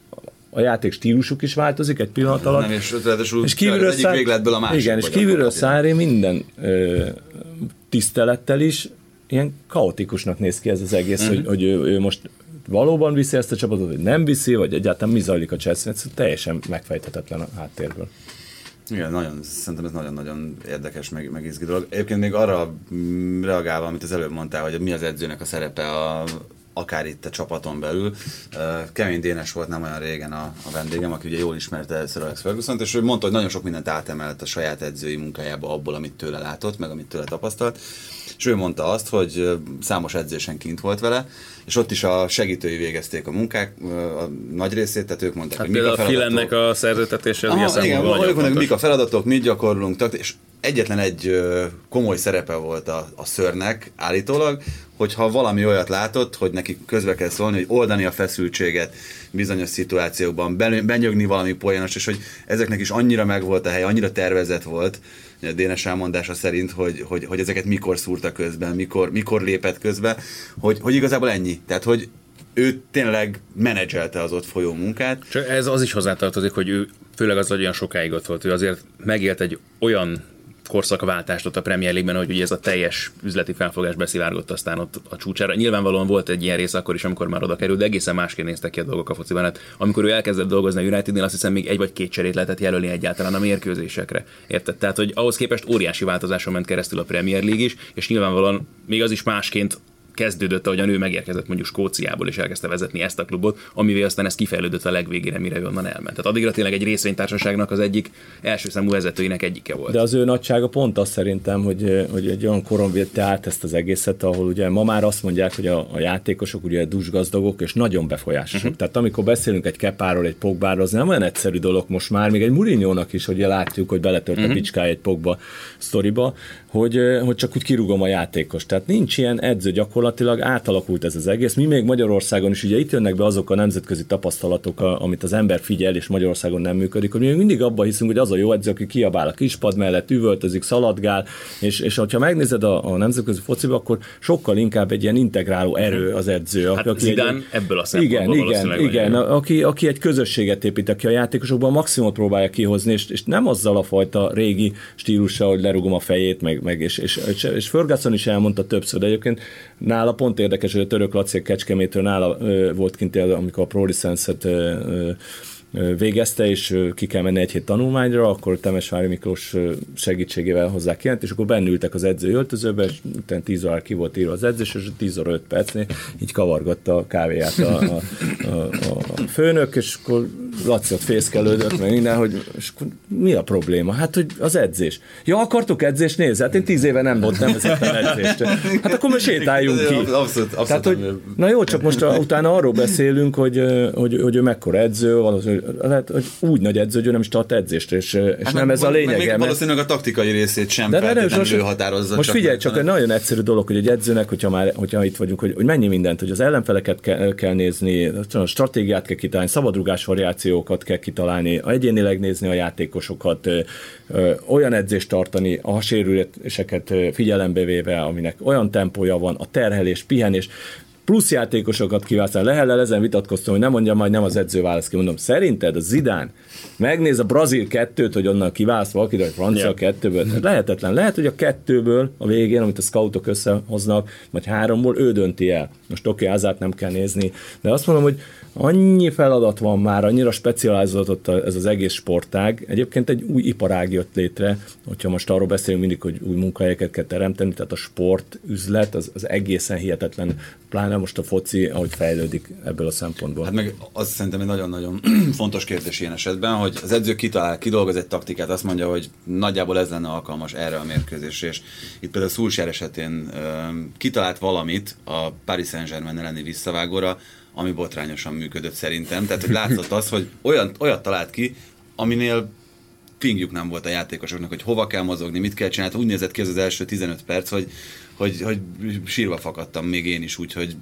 S6: a játék stílusuk is változik egy pillanat alatt.
S7: Nem, és,
S6: és kívülről
S7: az egyik végletből a másik.
S6: Igen, és kívülről Sarri minden ö, tisztelettel is ilyen kaotikusnak néz ki ez az egész, uh-huh. hogy, hogy ő, ő most valóban viszi ezt a csapatot, vagy nem viszi, vagy egyáltalán mi zajlik a Chelsea, ez teljesen megfejthetetlen a háttérből.
S7: Igen, nagyon, szerintem ez nagyon-nagyon érdekes, meg, meg izgi dolog. Egyébként még arra reagálva, amit az előbb mondtál, hogy mi az edzőnek a szerepe a akár itt a csapaton belül. Kemény Dénes volt nem olyan régen a, a vendégem, aki ugye jól ismerte Sir Alex Fergusont, és ő mondta, hogy nagyon sok mindent átemelt a saját edzői munkájába abból, amit tőle látott, meg amit tőle tapasztalt. És ő mondta azt, hogy számos edzésen kint volt vele, és ott is a segítői végezték a munkák a nagy részét, tehát ők mondták,
S5: hát
S7: hogy mik a feladatok.
S5: Például a Filennek a szerződtetése,
S7: Aha, igen, ők mondták, mik a feladatok, mit gyakorlunk, és egyetlen egy komoly szerepe volt a, a Sirnek állítólag, hogyha valami olyat látott, hogy neki közbe kell szólni, hogy oldani a feszültséget bizonyos szituációkban, benyögni valami poénos, és hogy ezeknek is annyira megvolt a hely, annyira tervezett volt, a Dénes elmondása szerint, hogy, hogy, hogy ezeket mikor szúrta közben, mikor, mikor lépett közbe, hogy, hogy igazából ennyi. Tehát, hogy ő tényleg menedzselte az ott folyó munkát.
S5: Csak ez az is hozzátartozik, hogy ő főleg az, hogy olyan sokáig ott volt, ő azért megélt egy olyan korszakváltást ott a Premier League-ben, hogy ugye ez a teljes üzleti felfogás beszivárgott aztán ott a csúcsára. Nyilvánvalóan volt egy ilyen rész akkor is, amikor már oda került, de egészen másként néztek ki a dolgok a fociban. Hát, amikor ő elkezdett dolgozni a Unitednél, azt hiszem még egy vagy két cserét lehetett jelölni egyáltalán a mérkőzésekre. Érted? Tehát, hogy ahhoz képest óriási változáson ment keresztül a Premier League is, és nyilvánvalóan még az is másként kezdődött, ahogyan ő megérkezett mondjuk Skóciából, és elkezdte vezetni ezt a klubot, amivel aztán ez kifejlődött a legvégére, mire ő onnan elment. Tehát addigra tényleg egy részvénytársaságnak az egyik első számú vezetőinek egyike volt.
S6: De az ő nagysága pont az szerintem, hogy, hogy egy olyan koron vélte át ezt az egészet, ahol ugye ma már azt mondják, hogy a, a játékosok ugye dúsgazdagok és nagyon befolyásosak. Uh-huh. Tehát amikor beszélünk egy Kepáról, egy Pogbáról, az nem olyan egyszerű dolog most már, még egy Mourinho-nak is, hogy látjuk, hogy beletört uh-huh. a picskája egy Pogba sztoriba, hogy, hogy csak úgy kirúgom a játékos. Tehát nincs ilyen edző, gyakorlatilag átalakult ez az egész. Mi még Magyarországon is, ugye itt jönnek be azok a nemzetközi tapasztalatok, amit az ember figyel, és Magyarországon nem működik, hogy mi mindig abban hiszünk, hogy az a jó edző, aki kiabál a kispad mellett, üvöltözik, szaladgál, és, és ha megnézed a, a nemzetközi fociba, akkor sokkal inkább egy ilyen integráló erő az edző.
S5: Hát
S6: aki
S5: Zidane
S6: egy,
S5: ebből a szempontból
S6: igen, igen, igen, aki, aki egy közösséget épít, aki a játékosokban maximumot próbálja kihozni, és, és nem azzal a fajta régi stílussal, hogy lerugom a fejét, meg, meg és, és, és, és Ferguson is elmondta többször, de egyébként nála pont érdekes, hogy a török Laci Kecskemétről nála ö, volt kint, amikor a Pro License-et ö, ö, végezte, és ki kell menni egy hét tanulmányra, akkor Temesvári Miklós segítségével hozzá kijent, és akkor benne ültek az edző öltözőbe, és utána tíz órára ki volt írva az edzés, és tíz óra öt percnél így kavargatta a kávéját a, a, a, a főnök, és akkor Laci ott fészkelődött, meg minden, hogy és akkor mi a probléma? Hát, hogy az edzés. Ja, akartok edzést nézni? Hát én tíz éve nem volt, nem vezettem edzést. Hát akkor most sétáljunk ki.
S7: Abszolút, abszolút.
S6: Tehát, hogy, na jó, csak most a, utána arról beszélünk, hogy, hogy, hogy ő mekkora edző, valószínűleg lehet, hogy úgy nagy edző, hogy ő nem is tart edzést, és, és hát nem ez a lényege.
S7: Még valószínűleg a taktikai részét sem feltétlenül határozza.
S6: Most figyelj, csak egy nagyon egyszerű dolog, hogy egy edzőnek, hogyha már hogyha itt vagyunk, hogy, hogy mennyi mindent, hogy az ellenfeleket kell, kell nézni, a stratégiát kell kitalálni, szabadrugás variációkat kell kitalálni, egyénileg nézni a játékosokat, ö, ö, olyan edzést tartani, a sérüléseket figyelembe véve, aminek olyan tempója van, a terhelés, pihenés, plusz játékosokat kiválasztani. Lehellel ezen vitatkoztam, hogy nem mondjam, majd nem az edző válasz ki. Mondom, szerinted a Zidane megnéz a brazil kettőt, hogy onnan kiválaszt valaki, vagy a francia yeah. kettőből. Lehetetlen. Lehet, hogy a kettőből a végén, amit a scoutok összehoznak, vagy háromból, ő dönti el. Most oké, okay, azát nem kell nézni. De azt mondom, hogy annyi feladat van már, annyira specializálódott ez az egész sportág. Egyébként egy új iparág jött létre, hogyha most arról beszélünk mindig, hogy új munkahelyeket kell teremteni, tehát a sportüzlet az, az egészen hihetetlen, pláne most a foci, ahogy fejlődik ebből a szempontból.
S7: Hát meg az szerintem egy nagyon-nagyon fontos kérdés ilyen esetben, hogy az edző kitalál, kidolgoz egy taktikát, azt mondja, hogy nagyjából ez lenne alkalmas erre a mérkőzésre, és itt például Solskjaer esetén uh, kitalált valamit a Paris Saint-Germain elleni visszavágóra, ami botrányosan működött szerintem. Tehát, hogy látszott az, hogy olyan, olyat talált ki, aminél fingjuk nem volt a játékosoknak, hogy hova kell mozogni, mit kell csinálni. Úgy nézett ki az, az első tizenöt perc, hogy, hogy, hogy sírva fakadtam még én is, úgyhogy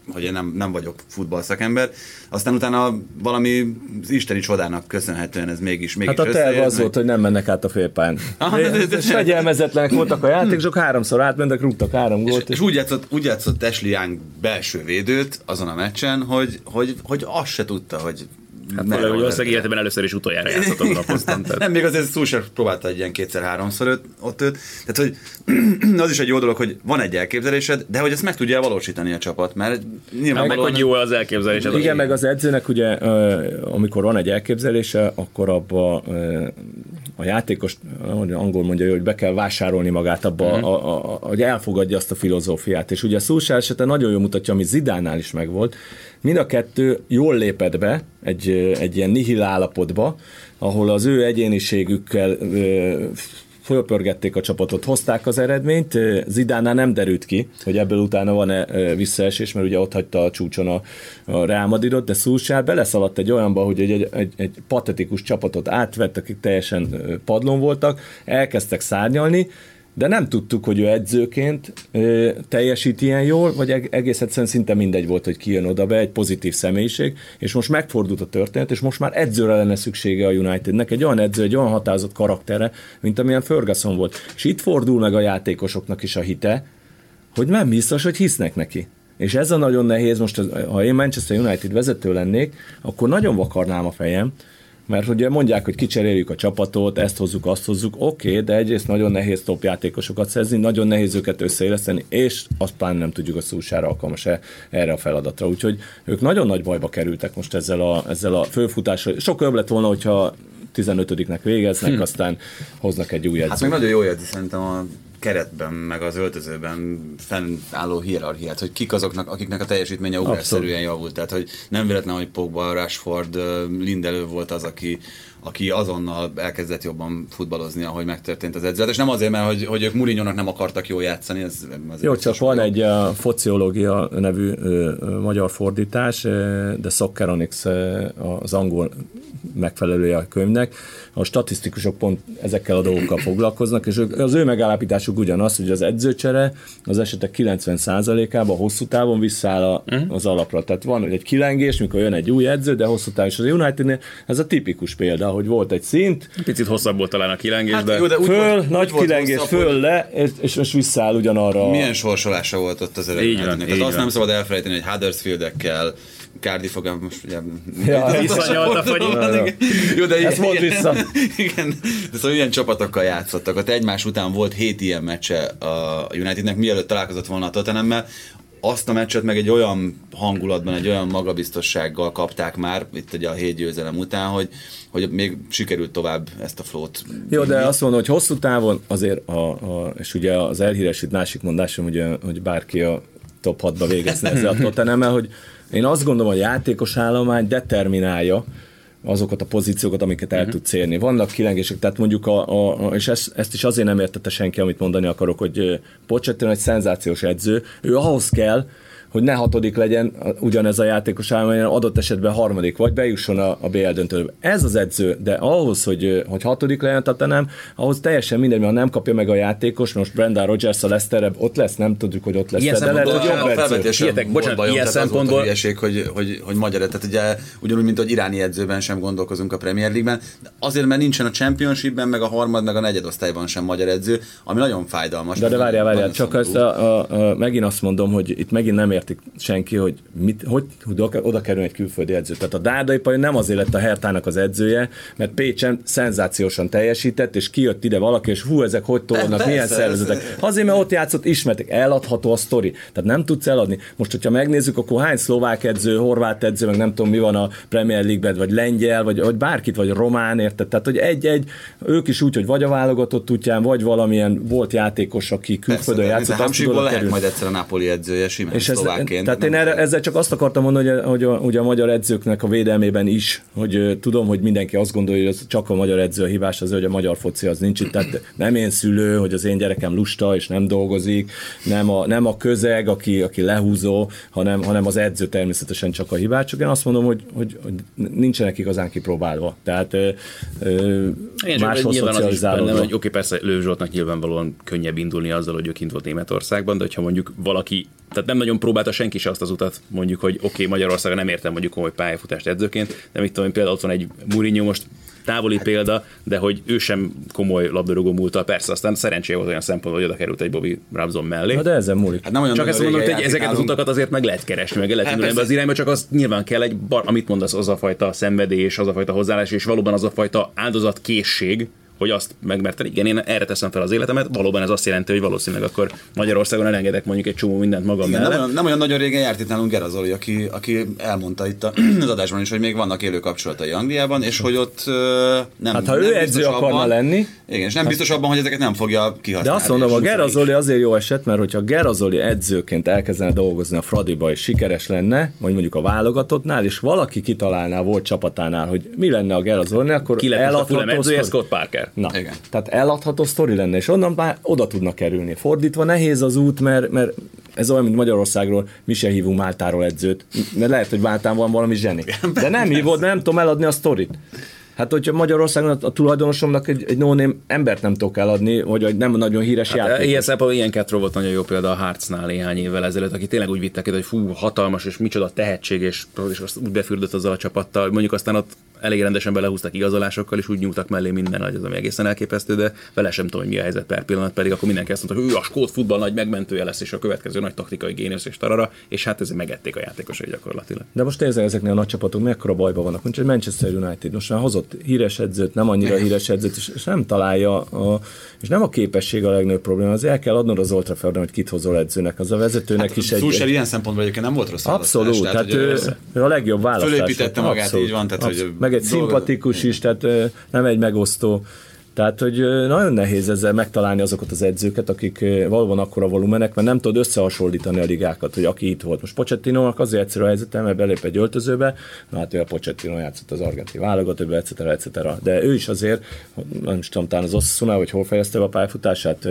S7: hogy én nem, nem vagyok futballszakember. Aztán utána valami isteni csodának köszönhetően ez mégis mégis
S6: Hát a terv az meg... volt, hogy nem mennek át a félpályán. Fegyelmezetlenek voltak a játékosok, háromszor átmentek, rúgtak három gólt.
S7: És, és úgy játszott, úgy játszott Ashley Young belső védőt azon a meccsen, hogy, hogy, hogy azt se tudta, hogy
S5: hát valahogy ország életében először is utoljára játszott azon a poszton. Tehát...
S7: Nem, még azért Solskjaer próbálta egy ilyen kétszer-háromszor öt, ott őt. Tehát, hogy az is egy jó dolog, hogy van egy elképzelésed, de hogy ezt meg tudja valósítani a csapat, mert nyilván
S5: meg, hogy jó az elképzelésed.
S6: Igen, meg az edzőnek ugye, amikor van egy elképzelése, akkor abba a játékos, angol mondja, hogy be kell vásárolni magát abba, uh-huh. a, a, a, hogy elfogadja azt a filozófiát. És ugye Solskjaer esete nagyon jól mutatja, ami Zidánál is megvolt. Mind a kettő jól lépett be egy, egy ilyen nihil állapotba, ahol az ő egyéniségükkel fölpörgették a csapatot, hozták az eredményt. Zidánál nem derült ki, hogy ebből utána van-e visszaesés, mert ugye ott hagyta a csúcson a, a Real Madridot, de Solskjaer beleszaladt egy olyanba, hogy egy, egy, egy patetikus csapatot átvett, akik teljesen padlón voltak, elkezdtek szárnyalni, de nem tudtuk, hogy ő edzőként ö, teljesít ilyen jól, vagy egész egyszerűen szinte mindegy volt, hogy kijön oda be, egy pozitív személyiség, és most megfordult a történet, és most már edzőre lenne szüksége a Unitednek, egy olyan edző, egy olyan határozott karaktere, mint amilyen Ferguson volt. És itt fordul meg a játékosoknak is a hite, hogy nem biztos, hogy hisznek neki. És ez a nagyon nehéz, most ha én Manchester United vezető lennék, akkor nagyon vakarnám a fejem, mert ugye mondják, hogy kicseréljük a csapatot, ezt hozzuk, azt hozzuk, oké, okay, de egyrészt nagyon nehéz top játékosokat szerzni, nagyon nehéz őket összeéleszteni, és azt pláne nem tudjuk, hogy Solskjaer alkalmas erre a feladatra. Úgyhogy ők nagyon nagy bajba kerültek most ezzel a, ezzel a fölfutással. Sokkal jobb lett volna, hogyha tizenötödiknek végeznek, hm. aztán hoznak egy új edzőt.
S7: Hát meg nagyon jó jött, szerintem a keretben, meg az öltözőben fennálló hierarchiát, hogy kik azoknak, akiknek a teljesítménye ugrásszerűen javult. Tehát, hogy nem véletlen, hogy Pogba, Rashford, Lindelöw volt az, aki, aki azonnal elkezdett jobban futballozni, ahogy megtörtént az edzőt. És nem azért, mert hogy, hogy ők Mourinho-nak nem akartak jól játszani. Ez, ez
S6: jó, csak van egy uh, Fociológia nevű uh, magyar fordítás, uh, de Socceronics uh, az angol megfelelője a könyvnek. A statisztikusok pont ezekkel a dolgokkal foglalkoznak, és az ő megállapításuk ugyanaz, hogy az edzőcsere az esetek kilencven százalékában hosszú távon visszaáll a, az alapra. Tehát van egy kilengés, mikor jön egy új edző, de hosszú távon is az Unitednél ez a tipikus példa, hogy volt egy szint.
S5: Picit hosszabb volt talán a kilengés,
S7: hát,
S5: de...
S7: Jó, de
S6: föl, volt, nagy kilengés, föl, hogy... le, és, és most visszaáll ugyanarra.
S7: Milyen sorsolása volt ott az eredménynek. Tehát azt nem szabad elfelejteni, hogy Huddersfieldekkel, Cardiff, most ugye...
S5: Ja, visszanyalt a fagyi.
S7: Jó, de
S6: ezt mondd vissza.
S7: Igen, de szóval ilyen csapatokkal játszottak. Ott egymás után volt hét ilyen meccse a Unitednek, mielőtt találkozott volna a Tottenhammel. Azt a meccset meg egy olyan hangulatban, egy olyan magabiztossággal kapták már, itt ugye a hét győzelem után, hogy, hogy még sikerült tovább ezt a flót.
S6: Jó, de azt mondom, hogy hosszú távon azért, a, a, és ugye az elhíresült másik mondásom, ugye, hogy bárki a top hatba végezne ezzel a Tottenhammel, hogy én azt gondolom, hogy a játékos állomány determinálja azokat a pozíciókat, amiket el uh-huh. tud célni. Vannak kilengések, tehát mondjuk, a, a, a, és ezt, ezt is azért nem értette senki, amit mondani akarok, hogy Pochettino egy szenzációs edző, ő ahhoz kell, hogy ne hatodik legyen ugyanez a játékos állomány, adott esetben harmadik, vagy bejusson a, a bé el döntőbe. Ez az edző, de ahhoz, hogy, hogy hatodik legyen, tehát nem, ahhoz teljesen mindegy, mert ha nem kapja meg a játékos, most Brendan Rodgers a Leicester ott lesz, nem tudjuk, hogy ott lesz.
S5: Ilyen
S6: de lehet, hogy
S7: jobb edző.
S5: Ilyetek, bocsánat, bajom, ilyen szempontból...
S7: Az hülyeség, hogy, hogy, hogy magyar, tehát ugye ugyanúgy, mint hogy iráni edzőben sem gondolkozunk a Premier League-ben, azért, mert nincsen a Championship-ben, meg a harmad, meg a negyedosztályban sem magyar edző, ami nagyon fájdalmas.
S6: De, de várjál, várjál, csak ezt a, a, a, megint azt mondom, hogy itt megint nem értik senki, hogy, mit, hogy, hogy oda kerül egy külföldi edző. Tehát a Dárdai Pali nem azért lett a Hertának az edzője, mert Pécsen szenzációsan teljesített, és kijött ide valaki, és hú, ezek hogy tolnak, milyen szervezetek. Azért, mert ott játszott, ismertek, eladható a sztori. Tehát nem tudsz eladni. Most, hogyha megnézzük, akkor hány szlovák edző, horvát edző, meg nem tudom, mi van a Premier League-ben, vagy lengyel, vagy, vagy bárkit, vagy román, érted? Tehát, hogy egy-egy, ők is úgy, hogy vagy a válogatott útján, vagy valamilyen volt játékos, aki külföldön játszott.
S7: Hamsíkból lehet majd egyszer a Napoli edzője, simán szlovákként.
S6: Tehát én erre, ezzel csak azt akartam mondani, hogy, hogy, a, hogy a magyar edzőknek a védelmében is, hogy uh, tudom, hogy mindenki azt gondolja, hogy csak a magyar edző a hibás, az, hogy a magyar foci az nincs itt. Tehát nem én szülő, hogy az én gyerekem lusta és nem dolgozik, nem a, nem a közeg, aki, aki lehúzó, hanem, hanem az edző természetesen csak a hibás. Csak én azt mondom, hogy, hogy, hogy nincsenek igazán kipróbálva. Tehát uh, uh, máshoz szocializálódva.
S5: Oké, okay, persze Lőv Zsoltnak nyilvánvalóan könnyebb indulni azzal, hogy ő kint volt Németországban, de hogyha mondjuk valaki Tehát nem nagyon próbálta senki se azt az utat, mondjuk, hogy oké, okay, Magyarországon nem értem mondjuk komoly pályafutást edzőként, de mit tudom, például ott van egy Mourinho, most távoli hát, példa, de hogy ő sem komoly labdarúgó múltal, persze, aztán szerencsé volt olyan szempontból, hogy oda került egy Bobby Robson mellé.
S6: Na de ezen múlik.
S5: Hát nem olyan csak ezt mondom, hogy ezeket az utakat azért meg lehet keresni, meg lehet indulni ebbe az irányba, csak az nyilván kell egy, bar, amit mondasz, az a fajta szenvedés, az a fajta hozzáállás, és valóban az a fajta áldozatkészség, hogy azt megmerteni. Igen, én erre teszem fel az életemet, valóban ez azt jelenti, hogy valószínűleg akkor Magyarországon elengedek mondjuk egy csomó mindent magam
S7: igen,
S5: mellett.
S7: Nem, nem olyan nagyon régen járt itt nálunk Gerazoli, aki, aki elmondta itt az adásban is, hogy még vannak élő kapcsolatai Angliában, és hogy ott nem
S6: Hát ha
S7: nem
S6: ő edző akarna
S7: abban,
S6: lenni...
S7: Igen, és nem biztos abban, hogy ezeket nem fogja kihasználni.
S6: De azt mondom, a Gerazoli azért jó eset, mert hogyha Gerazoli edzőként elkezdene dolgozni a Fradiba, és sikeres lenne, vagy mondjuk a válogatottnál, és valaki kitalálná volt csapatánál, hogy mi lenne a Gerazoli, akkor
S5: ki lett a Fulham edzője, Scott Parker.
S6: Na, igen. Tehát eladható sztori lenne, és onnan már oda tudnak kerülni. Fordítva nehéz az út, mert, mert ez olyan, mint Magyarországról, mi se hívunk Máltáról edzőt, mert lehet, hogy Máltán van valami zseni. De nem hívod, nem tudom eladni a sztorit. Hát, hogyha Magyarországon a, a tulajdonosomnak egy, egy no-name embert nem tudok eladni, vagy egy nem nagyon híres hát, játékos.
S5: Ilyen szempontból ilyen kettről volt nagyon jó példa a Heartsnál néhány évvel ezelőtt, aki tényleg úgy vittek ide, hogy fú, hatalmas, és micsoda tehetség, és, és azt úgy befürdött azzal a csapattal, mondjuk aztán ott elég rendesen belehúztak igazolásokkal, és úgy nyúltak mellé minden nagy, az ami egészen elképesztő, de vele sem tudom, hogy mi a helyzet per pillanat, pedig akkor mindenki azt mondta, hogy ő a skót futball nagy megmentője lesz, és a következő nagy taktikai géniusz és tarara, és hát ezért megették a játékosai gyakorlatilag.
S6: De most nézzük, ezeknél a nagy csapatok mekkora bajban vannak, mint egy Manchester United, most már hozott híres edzőt, nem annyira híres edzőt, és, és nem találja, a, és nem a képesség a legnagyobb probléma, az el kell adnod az Old Traffordon, hogy kit hozol edzőnek, az a vezetőnek hát, is egy...
S7: Szulsher ilyen szempontból egyébként nem volt rossz.
S6: Abszolút, tehát, tehát ő, ő a legjobb választás.
S7: Fölépítette magát, abszolút, így van. Tehát, hogy
S6: meg egy szimpatikus is, tehát nem egy megosztó. Tehát, hogy nagyon nehéz ezzel megtalálni azokat az edzőket, akik valóban akkora volumenek, mert nem tudod összehasonlítani a ligákat, hogy aki itt volt. Most Pochettinónak azért egyszerű a helyzete, mert belép egy öltözőbe, na hát ő a Pochettino játszott az argentin válogatóba, et cetera, et cetera. De ő is azért, nem is tudom, talán az Osasuna, vagy hol fejezte be a pályafutását,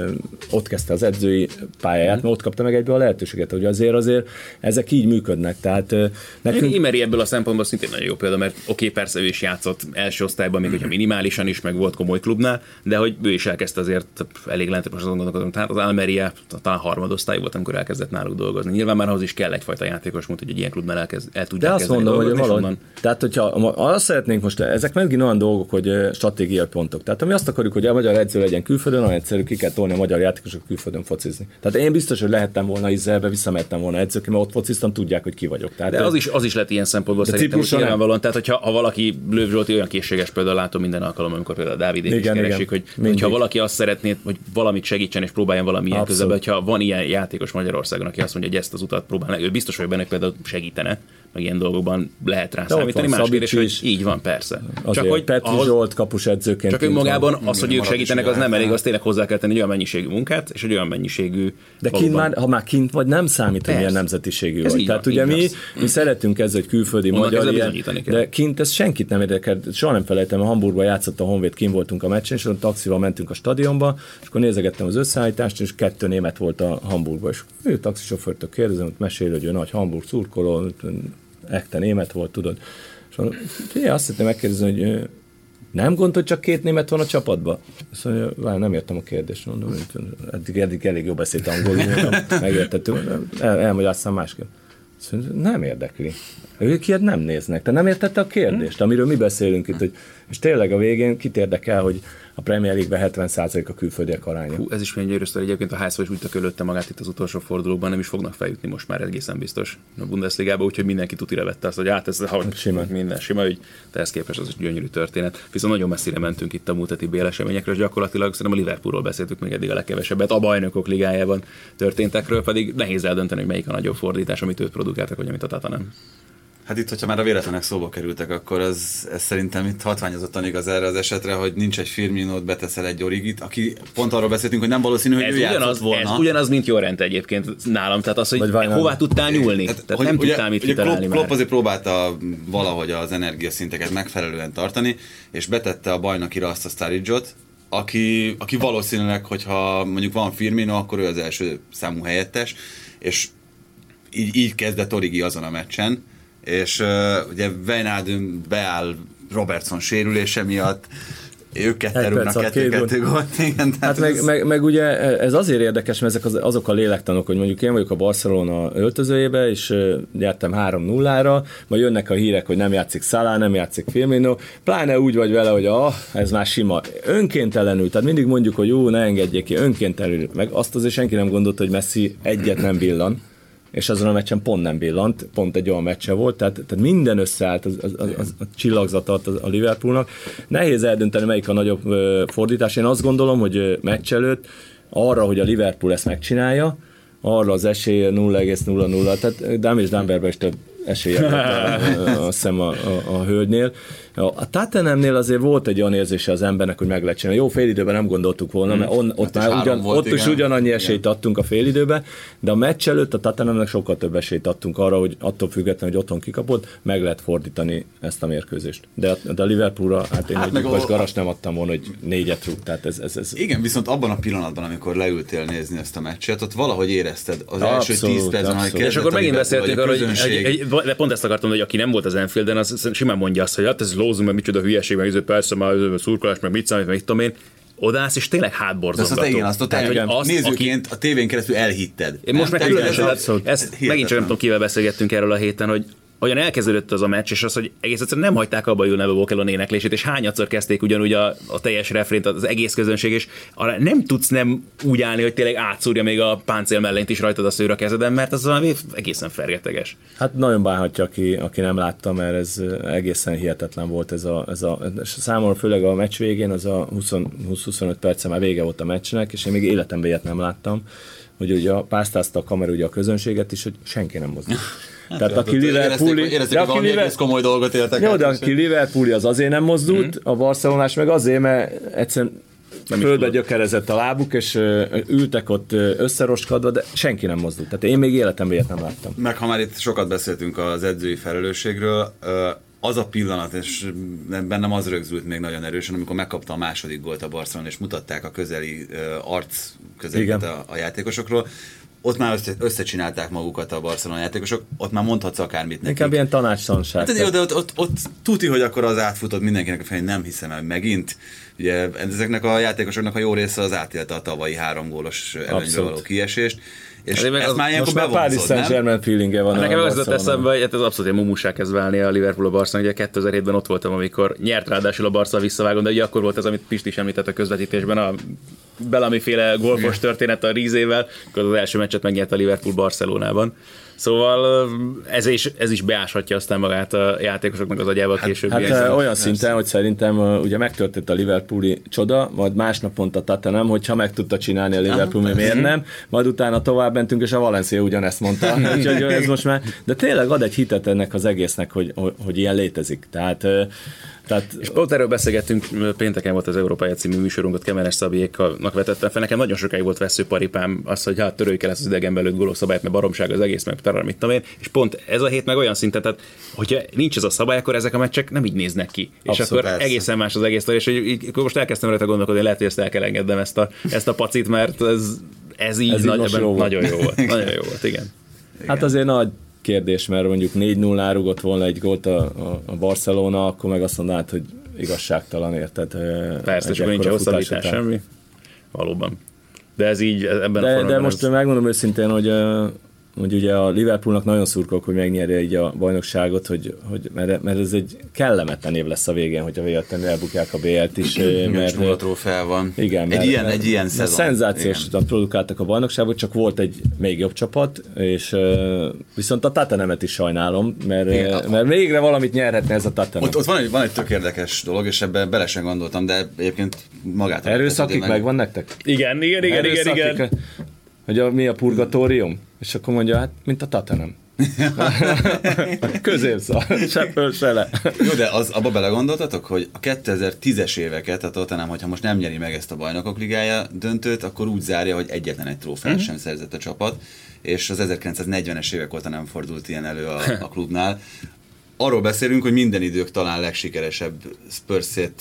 S6: ott kezdte az edzői pályáját, mert ott kapta meg egyből a lehetőséget, hogy azért azért ezek így működnek. Tehát
S5: nekünk... Imeri ebből a szempontból szintén nagyon jó példa, mert oké, okay, persze ő is játszott első osztályban, még hogyha minimálisan is, meg volt komoly klubnál, de hogy ő is elkezdte azért elég lentebb, most azon gondolkodom, tehát az Almeria talán harmadosztály volt, amikor elkezdett náluk dolgozni. Nyilván már ahhoz is kell egyfajta játékos, mint hogy egy ilyen klubnál elkezd, el tudják kezdeni dolgozni. De azt mondom, hogy valahogy,
S6: tehát hogyha azt szeretnénk most, ezek megint olyan dolgok, hogy stratégiai pontok. Tehát ami azt akarjuk, hogy a magyar edző legyen külföldön, olyan egyszerű, ki kell tolni a magyar játékosok külföldön focizni. Tehát én biztos, hogy lehettem volna Izraelbe, visszamehettem volna edzőként, mert ott fociztam, tudják, hogy ki vagyok. Tehát
S5: de az is, az is lett ilyen szempontból szerintem, hogy nyilvánvalóan, tehát hogyha ha valaki Löw Zsolti olyan készséges, például látom minden alkalommal, amikor például Dávidék is keresik, hogy hogyha valaki azt szeretné, hogy valamit segítsen és próbáljon valamilyen közelbe, hogyha van ilyen játékos Magyarországon, aki azt mondja, hogy ezt az utat próbálnak, ő biztos, hogy benne például segítene, meg ilyen dolgokban lehet rá számítani. Más kérdés, hogy így van, persze.
S6: Azért csak hogy Petri ahhoz, Zsolt kapus edzőként.
S5: Csak önmagában az, hogy ők segítenek, az nem elég, az tényleg hozzá kell tenni egy olyan mennyiségű munkát, és egy olyan mennyiségű...
S6: De kint már, ha már kint vagy, nem számít, hogy milyen nemzetiségű vagy. Tehát ugye mi, mi szeretünk ezzel, hogy külföldi magyar, de kint ez senkit nem érdekel. Soha nem felejtem, a Hamburgban játszott a Honvéd, kint voltunk a meccsen, és a taxival mentünk a stadionba, és akkor nézegettem az összeállítást, és kettő német volt a Hamburgban. És ő taxisofőrtől kérdezem, hogy mesél, hogy ő nagy Hamburg szurkoló, ekte német volt, tudod. És mondom, azt szeretném megkérdezni, hogy nem gond, hogy csak két német van a csapatban? Azt mondja, várj, nem értem a kérdést, mondom, eddig, eddig elég jó beszélt angolul, megértettük, el, elmagyaráztam másképp. Azt mondja, nem érdekli. Ők ilyet nem néznek. Te nem értette a kérdést, amiről mi beszélünk itt, hogy, és tényleg a végén kit érdekel, hogy a Premier League-ben hetven százalék a külföldiek aránya.
S5: Hú, ez is milyen győrös sztori. Egyébként a házszó is úgy tökölötte magát itt az utolsó fordulókban, nem is fognak feljutni most már egészen biztos a Bundesligába, úgyhogy mindenki tutira vette azt, hogy hát ez
S6: sima.
S5: minden sima ügy, de ez képest az is gyönyörű történet. Viszont nagyon messzire mentünk itt a múlt heti bé el eseményekről, és gyakorlatilag szerintem a Liverpoolról beszéltük még eddig a legkevesebbet, a Bajnokok Ligájában történtekről, pedig nehéz eldönteni, hogy melyik a nagyobb fordítás, amit őt produkáltak, vagy amit a Tottenham.
S7: Hát itt, hogyha már a véletlenek szóba kerültek, akkor az, ez szerintem itt hatványozottan igaz erre az esetre, hogy nincs egy Firminót, beteszel egy Origit, aki pont arról beszéltünk, hogy nem valószínű, hogy
S5: ez
S7: ő ugyanaz, játszott volna.
S5: Ez ugyanaz, mint Llorente egyébként nálam, tehát az, hogy hová tudtál nyúlni, tehát, tehát nem ugye, tudtál mit
S7: ugye
S5: kitalálni
S7: Klopp, Klopp azért próbálta valahogy az energiaszinteket megfelelően tartani, és betette a bajnokira azt a Sturridge-ot, aki, aki valószínűleg, hogyha mondjuk van Firmino, akkor ő az első számú helyettes, és így, így kezdett Origi azon a meccsen, és uh, ugye Wijnaldum beáll Robertson sérülése miatt, ők ketten rúgnak kettő-kettő gólt.
S6: Hát meg, meg, meg ugye ez azért érdekes, mert ezek az, azok a lélektanok, hogy mondjuk én vagyok a Barcelona öltözőjébe, és nyertem három nullára, majd jönnek a hírek, hogy nem játszik Salah, nem játszik Firmino, pláne úgy vagy vele, hogy ah, ez már sima. Önkéntelenül, tehát mindig mondjuk, hogy jó, ne engedjék ki, önkéntelenül. Meg azt azért senki nem gondolta, hogy Messi egyet nem villan, és azon a meccsen pont nem billant, pont egy olyan meccse volt, tehát, tehát minden összeállt az, az, az, az, a csillagzatot a Liverpoolnak. Nehéz eldönteni, melyik a nagyobb uh, fordítás. Én azt gondolom, hogy uh, meccs előtt arra, hogy a Liverpool ezt megcsinálja, arra az esély nulla egész nulla nulla, tehát Dám és Dumberben is több esélye volt, azt hiszem a, a, a hölgynél. A Tottenhamnél azért volt egy olyan érzése az embernek, hogy meg lehet csinálni. Jó, félidőben nem gondoltuk volna, mert on, ott, hát már ugyan, volt, ott is ugyanannyi esélyt igen. adtunk a félidőbe, de a meccs előtt a Tottenhamnek sokkal több esélyt adtunk arra, hogy attól függetlenül, hogy otthon kikapott, meg lehet fordítani ezt a mérkőzést. De, de a Liverpoolra, hát én hát egy lyukas garast nem adtam volna, hogy négyet rúg. Tehát ez, ez, ez...
S7: Igen, viszont abban a pillanatban, amikor leültél nézni ezt a meccset, ott valahogy érezted az első tíz percben, hogy
S5: és akkor megint beszéltünk arról, hogy de pont ezt akartam, hogy aki nem volt az Anfielden, az simán mondja azt, hogy hát ez lózunk, mert micsoda hülyeség, meg ez persze már szurkolás, meg mit számít, meg mit tudom én. Odász, és tényleg hátborzongató.
S7: Igen, azt ott el, azt, nézőként aki... a tévén keresztül elhitted.
S5: Én most meg különösen, ezt megint csak nem tudom, kivel beszélgettünk erről a héten, hogy olyan elkezdődött az a meccs, és az, hogy egész egyszerűen nem hagyták abba a You'll Never Walk Alone éneklését, és hányadszor kezdték ugyanúgy a, a teljes refrént, az egész közönség, és arra nem tudsz nem úgy állni, hogy tényleg átszúrja még a páncél mellényt is rajtad a szőr a kezeden, mert az valami egészen fergeteges.
S6: Hát nagyon bánhatja, aki, aki nem látta, mert ez egészen hihetetlen volt ez a, ez a számomra főleg a meccs végén, az a húsz-huszonöt perce már vége volt a meccsnek, és én még életemben ilyet nem láttam, hogy ugye pásztázta a kamera ugye a közönséget is, hogy senki nem mozdult. Hát tehát aki Liverpooli,
S7: érezték, hogy valami egész komoly dolgot éltek.
S6: Jó, de aki Liverpooli az azért nem mozdult, mm-hmm. a Barcelonás meg azért, mert egyszerűen földbe gyökerezett a lábuk, és ültek ott összeroskadva, de senki nem mozdult. Tehát én még életemben ilyet nem láttam.
S7: Meg ha már itt sokat beszéltünk az edzői felelősségről, az a pillanat, és bennem az rögzült még nagyon erősen, amikor megkapta a második gólt a Barcelona, és mutatták a közeli arc közelét a, a játékosokról, ott már össze, összecsinálták magukat a Barcelona játékosok, ott már mondhatsz akármit nekik.
S6: Inkább ilyen tanácstalanság.
S7: Hát, jó, de ott, ott, ott tuti, hogy akkor az átfutott mindenkinek a fején, nem hiszem el megint. Ugye ezeknek a játékosoknak a jó része az átélte a tavalyi három gólos előnyről való kiesést. És hát ezt már ilyenkor bevonzod,
S6: Paris Saint-Germain feelingje van.
S5: Nekem az jutott eszembe, hogy ez abszolút egy mumussá kezd válni a Liverpool a Barcelona. Ugye kétezer-hétben ott voltam, amikor nyert ráadásul a Barca visszavágon, de ugye akkor volt ez, amit Pisti is említett a közvetítésben, a Bellamy-féle golfos történet a Rizével, akkor az első meccset megnyert a Liverpool Barcelonában. Szóval ez is, ez is beáshatja aztán magát a játékosoknak az agyába
S6: hát,
S5: később.
S6: Hát olyan persze. Szinten, hogy szerintem ugye megtörtént a Liverpooli csoda, majd másnap mondta Tottenham, hogy ha meg tudta csinálni a Liverpool, mi miért nem, majd utána tovább mentünk, és a Valencia ugyanezt mondta. Úgyhogy ez most már, de tényleg ad egy hitet ennek az egésznek, hogy, hogy ilyen létezik. Tehát Tehát,
S5: és pont erről beszélgettünk, pénteken volt az Európai című műsorunkat, Kemenes Szabiéknak vetettem fel. Nekem nagyon sokáig volt veszőparipám az, hogy hát törőjük el ezt az idegenben lőtt gólószabályt, mert baromság az egész, meg talán mit tudom én. És pont ez a hét meg olyan szinten, tehát hogyha nincs ez a szabály, akkor ezek a meccsek nem így néznek ki. Abszolút, és akkor persze. Egészen más az egész, és hogy most elkezdtem rajta gondolkodni, lehet, hogy ezt el kell engednem ezt a, ezt a pacit, mert ez, ez így, ez nagy, így jó nagyon jó volt. Nagyon jó volt, igen.
S6: Hát azért nagy kérdés, mert mondjuk négy null rúgott volna egy gólt a, a, a Barcelona, akkor meg azt mondanád, hogy igazságtalan, érted?
S5: Persze, és akkor nincs hosszabbítás semmi. Valóban. De ez így, ebben
S6: de,
S5: a formában...
S6: De most ez... megmondom őszintén, hogy, hogy ugye a Liverpoolnak nagyon szurkolok, hogy megnyerje így a bajnokságot, hogy, hogy, mert, mert ez egy kellemetlen év lesz a végén, hogyha véletlenül elbukják a bé el-t is.
S7: Mert nulla trófea van.
S6: Igen, mert,
S7: egy ilyen,
S6: mert,
S7: egy ilyen
S6: mert
S7: szezon.
S6: Szenzációsan produkáltak a bajnokságot, csak volt egy még jobb csapat, és viszont a Tottenhamet is sajnálom, mert, igen, mert végre valamit nyerhetne ez a Tottenham.
S7: Ott, ott van, egy, van egy tök érdekes dolog, és ebben bele sem gondoltam, de egyébként magát...
S6: Erőszakik meg van nektek?
S5: Igen, igen, igen, igen, igen.
S6: Hogy a, mi a purgatórium? És akkor mondja, hát, mint a Tottenham. Középszal, se föl, se le.
S7: Jó, de az, abba belegondoltatok, hogy a kétezer-tízes éveket, a Tottenham, hogyha most nem nyeri meg ezt a Bajnokok Ligája döntőt, akkor úgy zárja, hogy egyetlen egy trófeát mm-hmm. sem szerzett a csapat, és az ezerkilencszáznegyvenes évek óta nem fordult ilyen elő a, a klubnál. Arról beszélünk, hogy minden idők talán legsikeresebb Spurs-ét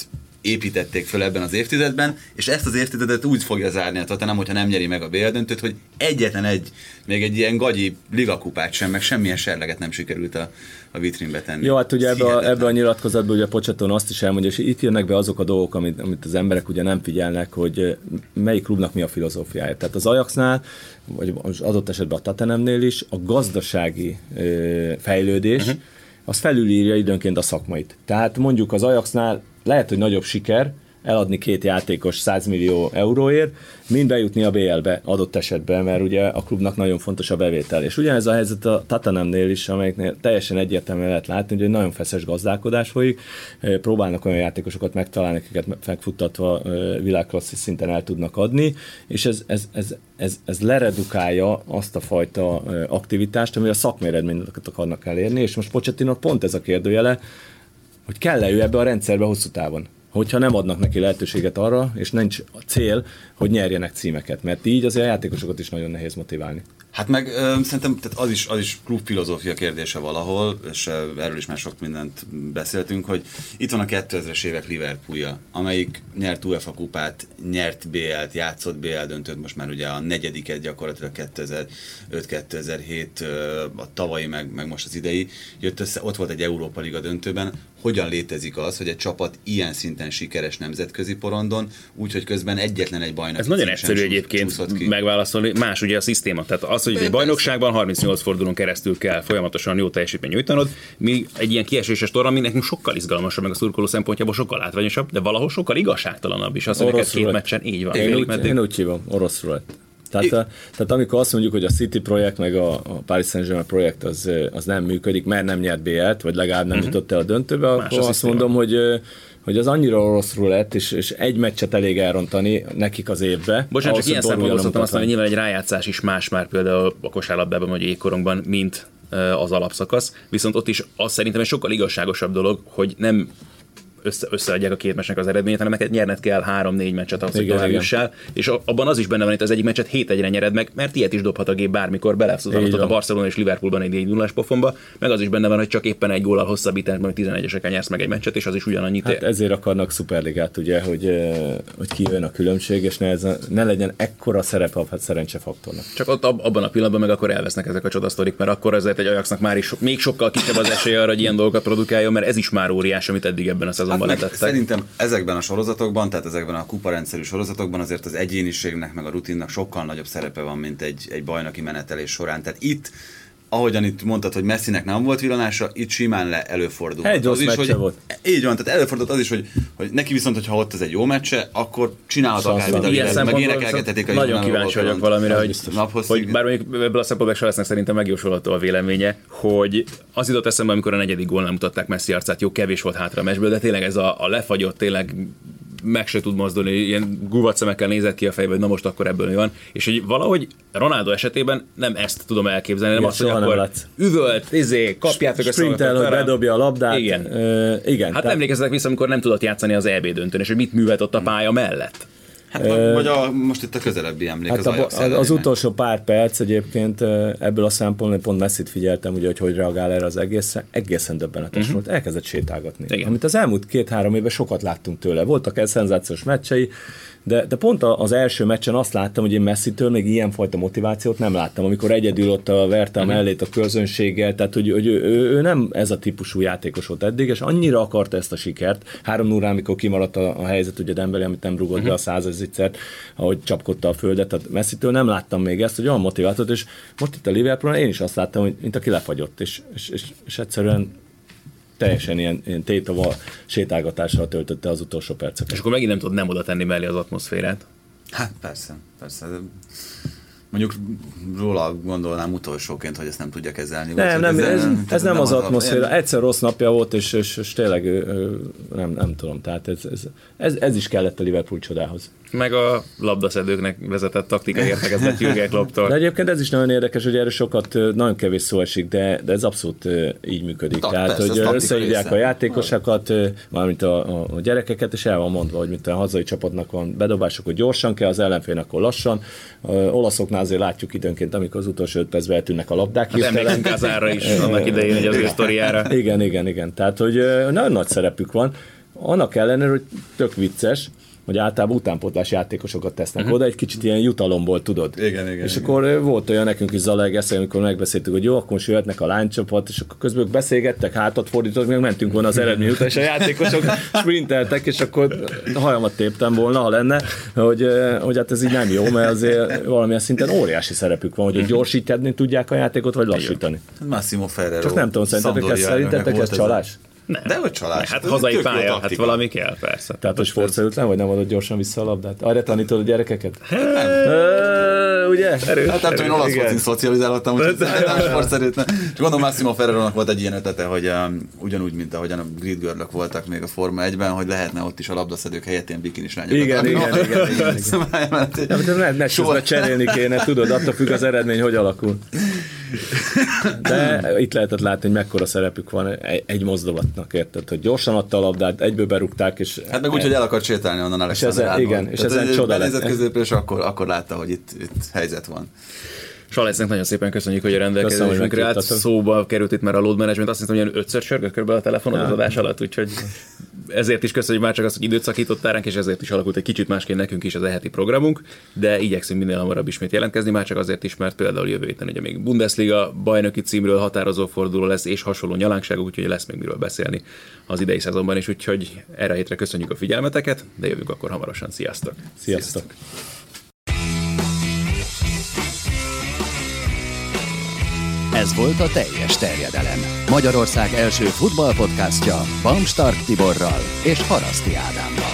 S7: építették föl ebben az évtizedben, és ezt az évtizedet úgy fogja zárni a Tottenham, hogyha nem nyeri meg a bé el döntőt, hogy egyetlen egy, még egy ilyen gagyi ligakupát sem, meg semmilyen serleget nem sikerült a, a vitrínbe tenni.
S6: Jó, hát ugye ebbe a, ebbe a nyilatkozatban ugye Pochettino azt is elmondja, és itt jönnek be azok a dolgok, amit, amit az emberek ugye nem figyelnek, hogy melyik klubnak mi a filozófiája. Tehát az Ajaxnál, vagy az adott esetben a Tottenhamnél is a gazdasági ö, fejlődés, uh-huh. az felülírja időnként a szakmait. Tehát mondjuk az Ajaxnál lehet, hogy nagyobb siker eladni két játékos száz millió euróért, mint bejutni a bé el-be adott esetben, mert ugye a klubnak nagyon fontos a bevétel. És ugyanez a helyzet a Tottenhamnél is, amelyeknél teljesen egyértelműen lehet látni, hogy egy nagyon feszes gazdálkodás folyik, próbálnak olyan játékosokat megtalálni, akiket megfuttatva világklasszis szinten el tudnak adni, és ez, ez, ez, ez, ez leredukálja azt a fajta aktivitást, ami a szakmai eredményeket akarnak elérni, és most Pochettino pont ez a kérdőjele, hogy kell-e ő ebbe a rendszerbe hosszú távon, hogyha nem adnak neki lehetőséget arra, és nincs a cél, hogy nyerjenek címeket, mert így azért a játékosokat is nagyon nehéz motiválni.
S7: Hát meg ö, szerintem tehát az is, az is klubfilozófia kérdése valahol, és ö, erről is már sok mindent beszéltünk, hogy itt van a kétezres évek Liverpoolja, amelyik nyert u ef á kupát, nyert bé el-t, játszott bé el döntőt, most már ugye a negyediket gyakorlatilag kétezer-öt kétezer-hét, ö, a tavalyi, meg, meg most az idei, jött össze, ott volt egy Európa Liga döntőben. Hogyan létezik az, hogy egy csapat ilyen szinten sikeres nemzetközi porondon, úgyhogy közben egyetlen egy bajnok.
S5: Ez nagyon egyszerű egyébként megválaszolni, más ugye a szisztéma. Tehát az, hogy egy bajnokságban harmincnyolc fordulón keresztül kell folyamatosan jó teljesítmény nyújtanod, mi egy ilyen kieséses torna, ami nekünk sokkal izgalmasabb, meg a szurkoló szempontjából sokkal látványosabb, de valahol sokkal igazságtalanabb is az, hogy neked két meccsen így van.
S6: Én, úgy, én úgy hívom, orosz rulett. Tehát, a, tehát amikor azt mondjuk, hogy a City projekt meg a, a Paris Saint-Germain projekt az, az nem működik, mert nem nyert bé el-t, vagy legalább nem uh-huh. jutott el a döntőbe, más akkor azt mondom, hogy, hogy az annyira oroszról lett, és, és egy meccset elég elrontani nekik az évbe.
S5: Bocsánat, csak ilyen szempontból szoktam azt mondani, hogy nyilván egy rájátszás is más már például a kosárlabdában vagy jégkorongban, mint az alapszakasz, viszont ott is az szerintem egy sokkal igazságosabb dolog, hogy nem Össze, összeadják a két meccsnek az eredményét, hanem neked nyerned kell három-négy meccset ahhoz, hogy tovább jussál, és abban az is benne van, hogy az egyik meccset hét egyre nyered meg, mert ilyet is dobhat a gép bármikor, belefutottat a Barcelona és Liverpoolban egy négy nullás pofonba, meg az is benne van, hogy csak éppen egy góllal hosszabbításban, hogy tizenegyeseken nyersz meg egy meccset, és az is ugyanannyit ér.
S6: Hát ezért akarnak szuperligát, ugye, hogy, hogy kijön a különbség, és ne, ez a, ne legyen ekkora szerepe a szerencsefaktornak.
S5: Csak ott abban a pillanatban meg akkor elvesznek ezek a csodasztorik, mert akkor ezért egy Ajaxnak már is még sokkal kisebb az esélye arra, hogy ilyen dolgokat produkáljon, mert ez is már óriás, amit eddig ebben a szezonban
S7: hát
S5: letettek.
S7: Szerintem ezekben a sorozatokban, tehát ezekben a kuparendszerű sorozatokban azért az egyéniségnek meg a rutinnak sokkal nagyobb szerepe van, mint egy, egy bajnoki menetelés során. Tehát itt, ahogyan itt mondtad, hogy Messinek nem volt villanása, itt simán le előfordul.
S6: Egy rossz meccse volt.
S7: Így van, tehát előfordult az is, hogy, hogy neki viszont, hogyha ott ez egy jó meccse, akkor csinálhat akármit, amit meg énekelgethetik a jó.
S5: Nagyon kíváncsi vagyok valamire, hogy, hogy bár mondjuk ebből a szempontból se lesznek szerintem megjósolható a véleménye, hogy az jutott eszembe, amikor a negyedik gólnál mutatták Messi arcát, jó, kevés volt hátra a meccsből, de tényleg ez a, a lefagyott, tényleg meg se tud mozdulni, ilyen guvat szemekkel nézett ki a fejbe, hogy na most akkor ebből mi van. És hogy valahogy Ronaldo esetében nem ezt tudom elképzelni, nem azt, hogy akkor üvölt, izé, kapjátok a
S6: sprintel, hogy bedobja a labdát.
S5: Igen.
S6: Uh, igen
S5: hát emlékezzetek vissza, amikor nem tudott játszani az é bé döntőn, és hogy mit művelt ott a pálya mellett.
S7: Hát, uh, vagy a, most itt a közelebbi emlék
S6: hát
S7: az
S6: a,
S7: Ajax
S6: az, az utolsó pár perc egyébként ebből a szempontból, pont Messit figyeltem, ugye, hogy hogy reagál erre az egészen, egészen döbbenetes uh-huh. volt, elkezdett sétálgatni. Igen. Amit az elmúlt két-három évben sokat láttunk tőle. Voltak el szenzációs meccsei, de, de pont az első meccsen azt láttam, hogy én Messitől még ilyenfajta motivációt nem láttam, amikor egyedül ott a verte a mellét a közönséggel, tehát hogy, hogy ő, ő, ő nem ez a típusú játékos volt eddig, és annyira akarta ezt a sikert. Három nullán, amikor kimaradt a, a helyzet, ugye Dembélé, amit nem rúgott uh-huh. be a százezicert, ahogy csapkodta a földet, tehát Messitől nem láttam még ezt, hogy olyan motivációt, és most itt a Liverpoolon én is azt láttam, hogy mint aki lefagyott, és, és, és, és egyszerűen teljesen ilyen, ilyen tétova sétálgatással töltötte az utolsó perceket.
S5: És akkor megint nem tudod nem oda tenni mellé az atmoszférát.
S7: Hát persze, persze. Mondjuk róla gondolnám utolsóként, hogy ezt nem tudja kezelni.
S6: Nem, nem, ez, ez nem az atmoszféra. Egyszer rossz napja volt, és, és, és tényleg nem, nem tudom. Tehát ez, ez, ez, ez is kellett a Liverpool csodához.
S5: Meg a labdaszedőknek vezetett taktikai értekezett Jürgen Klopptól.
S6: De egyébként ez is nagyon érdekes, hogy erről sokat, nagyon kevés szó esik, de, de ez abszolút így működik.
S7: Ta,
S6: Tehát,
S7: persze,
S6: hogy összehívják a játékosokat, mármint a, a gyerekeket, és el van mondva, hogy mint a hazai csapatnak van bedobások, hogy gyorsan kell, az ellenfélnek akkor lassan. Olaszoknál azért látjuk időnként, amikor az utolsó öt percben eltűnnek a labdák.
S5: Hát emlékszünk Kázára is annak idején, hogy az ő sztoriára.
S6: Igen, igen, igen. Tehát, hogy nagyon nagy szerepük van. annak ellenére, hogy tök vicces, hogy általában utánpótlás játékosokat tesznek uh-huh. oda, egy kicsit ilyen jutalomból, tudod.
S7: Igen, igen.
S6: És
S7: igen.
S6: akkor volt olyan nekünk is Zalaegerszeg, amikor megbeszéltük, hogy jó, akkor most jöhetnek a lánycsapat, és akkor közben beszélgettek, hátat fordítottak, még mentünk volna az eredmény után, és a játékosok sprinteltek, és akkor hajamat téptem volna, ha lenne, hogy, hogy hát ez így nem jó, mert azért valamilyen szinten óriási szerepük van, hogy gyorsítani tudják a játékot, vagy lassítani.
S7: Massimo Ferrero.
S6: Csak nem tudom, szerintetek ez, szerintetek ez csalás?
S5: Nem.
S7: De hogy csalás?
S5: Hát hazai pálya, hát valami kell, persze.
S6: Tehát, hogy sportszerűtlen, vagy nem adod gyorsan vissza a labdát? Arra tanítod a gyerekeket? Ugye?
S7: Erős, hát nem tudom, én olasz focin szocializálottam, úgyhogy nem sportszerűtlen. És gondolom, Massimo Ferrerónak volt egy ilyen ötlete, hogy um, ugyanúgy, mint ahogyan a Grid Girl-ök voltak még a Forma egyben, hogy lehetne ott is a labdaszedők helyett ilyen bikinis lányokat.
S6: Igen, igen, igen, igen, igen. Ne, ne soha cserélni kéne, tudod, attól függ az eredmény, hogy alakul. De itt lehetett látni, hogy mekkora szerepük van egy mozdulatnak, érted? Hogy gyorsan adta a labdát, egyből berúgták, és...
S7: Hát meg úgy, hogy el akart sétálni onnan Alexander Arnold.
S6: Igen, és ezen csoda lett.
S7: Benézett középre, és akkor, akkor látta, hogy itt, itt helyzet van.
S5: Salesznek nagyon szépen köszönjük, hogy a rendelkezésünkre állt. Szóba került itt már a load management, azt hiszem, hogy ilyen ötször sörgött körülbelül a telefonod az adás alatt, úgyhogy ezért is köszönjük már csak azt, hogy időt szakítottál ránk, és ezért is alakult egy kicsit másként nekünk is az e-heti programunk, de igyekszünk minél hamarabb ismét jelentkezni, már csak azért is, mert például jövő héten ugye még Bundesliga bajnoki címről határozó forduló lesz, és hasonló nyalánkságok, úgyhogy lesz még miről beszélni az idei szezonban is, úgyhogy erre a hétre köszönjük a figyelmeteket, de jövünk akkor hamarosan. Sziasztok!
S6: Sziasztok!
S4: Ez volt a Teljes terjedelem. Magyarország első futballpodcastja Bamstark Tiborral és Haraszti Ádámmal.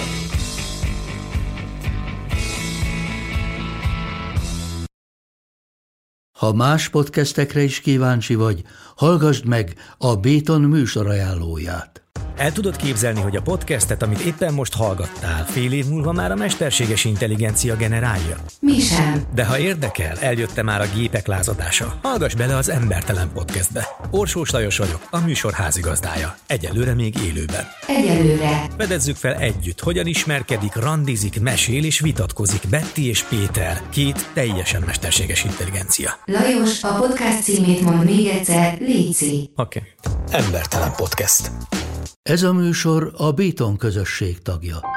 S1: Ha más podcastekre is kíváncsi vagy, hallgassd meg a Béton műsor ajánlóját.
S8: El tudod képzelni, hogy a podcastet, amit éppen most hallgattál, fél év múlva már a mesterséges intelligencia generálja?
S9: Mi sem.
S8: De ha érdekel, eljött már a gépek lázadása. Hallgass bele az Embertelen podcastbe. Orsós Lajos vagyok, a műsor házigazdája. Egyelőre még élőben.
S9: Egyelőre.
S8: Fedezzük fel együtt, hogyan ismerkedik, randizik, mesél és vitatkozik Betty és Péter, két teljesen mesterséges intelligencia.
S9: Lajos, a podcast címét mond még egyszer, léci.
S8: Oké. Okay. Embertelen podcast.
S1: Ez a műsor a Béton közösség tagja.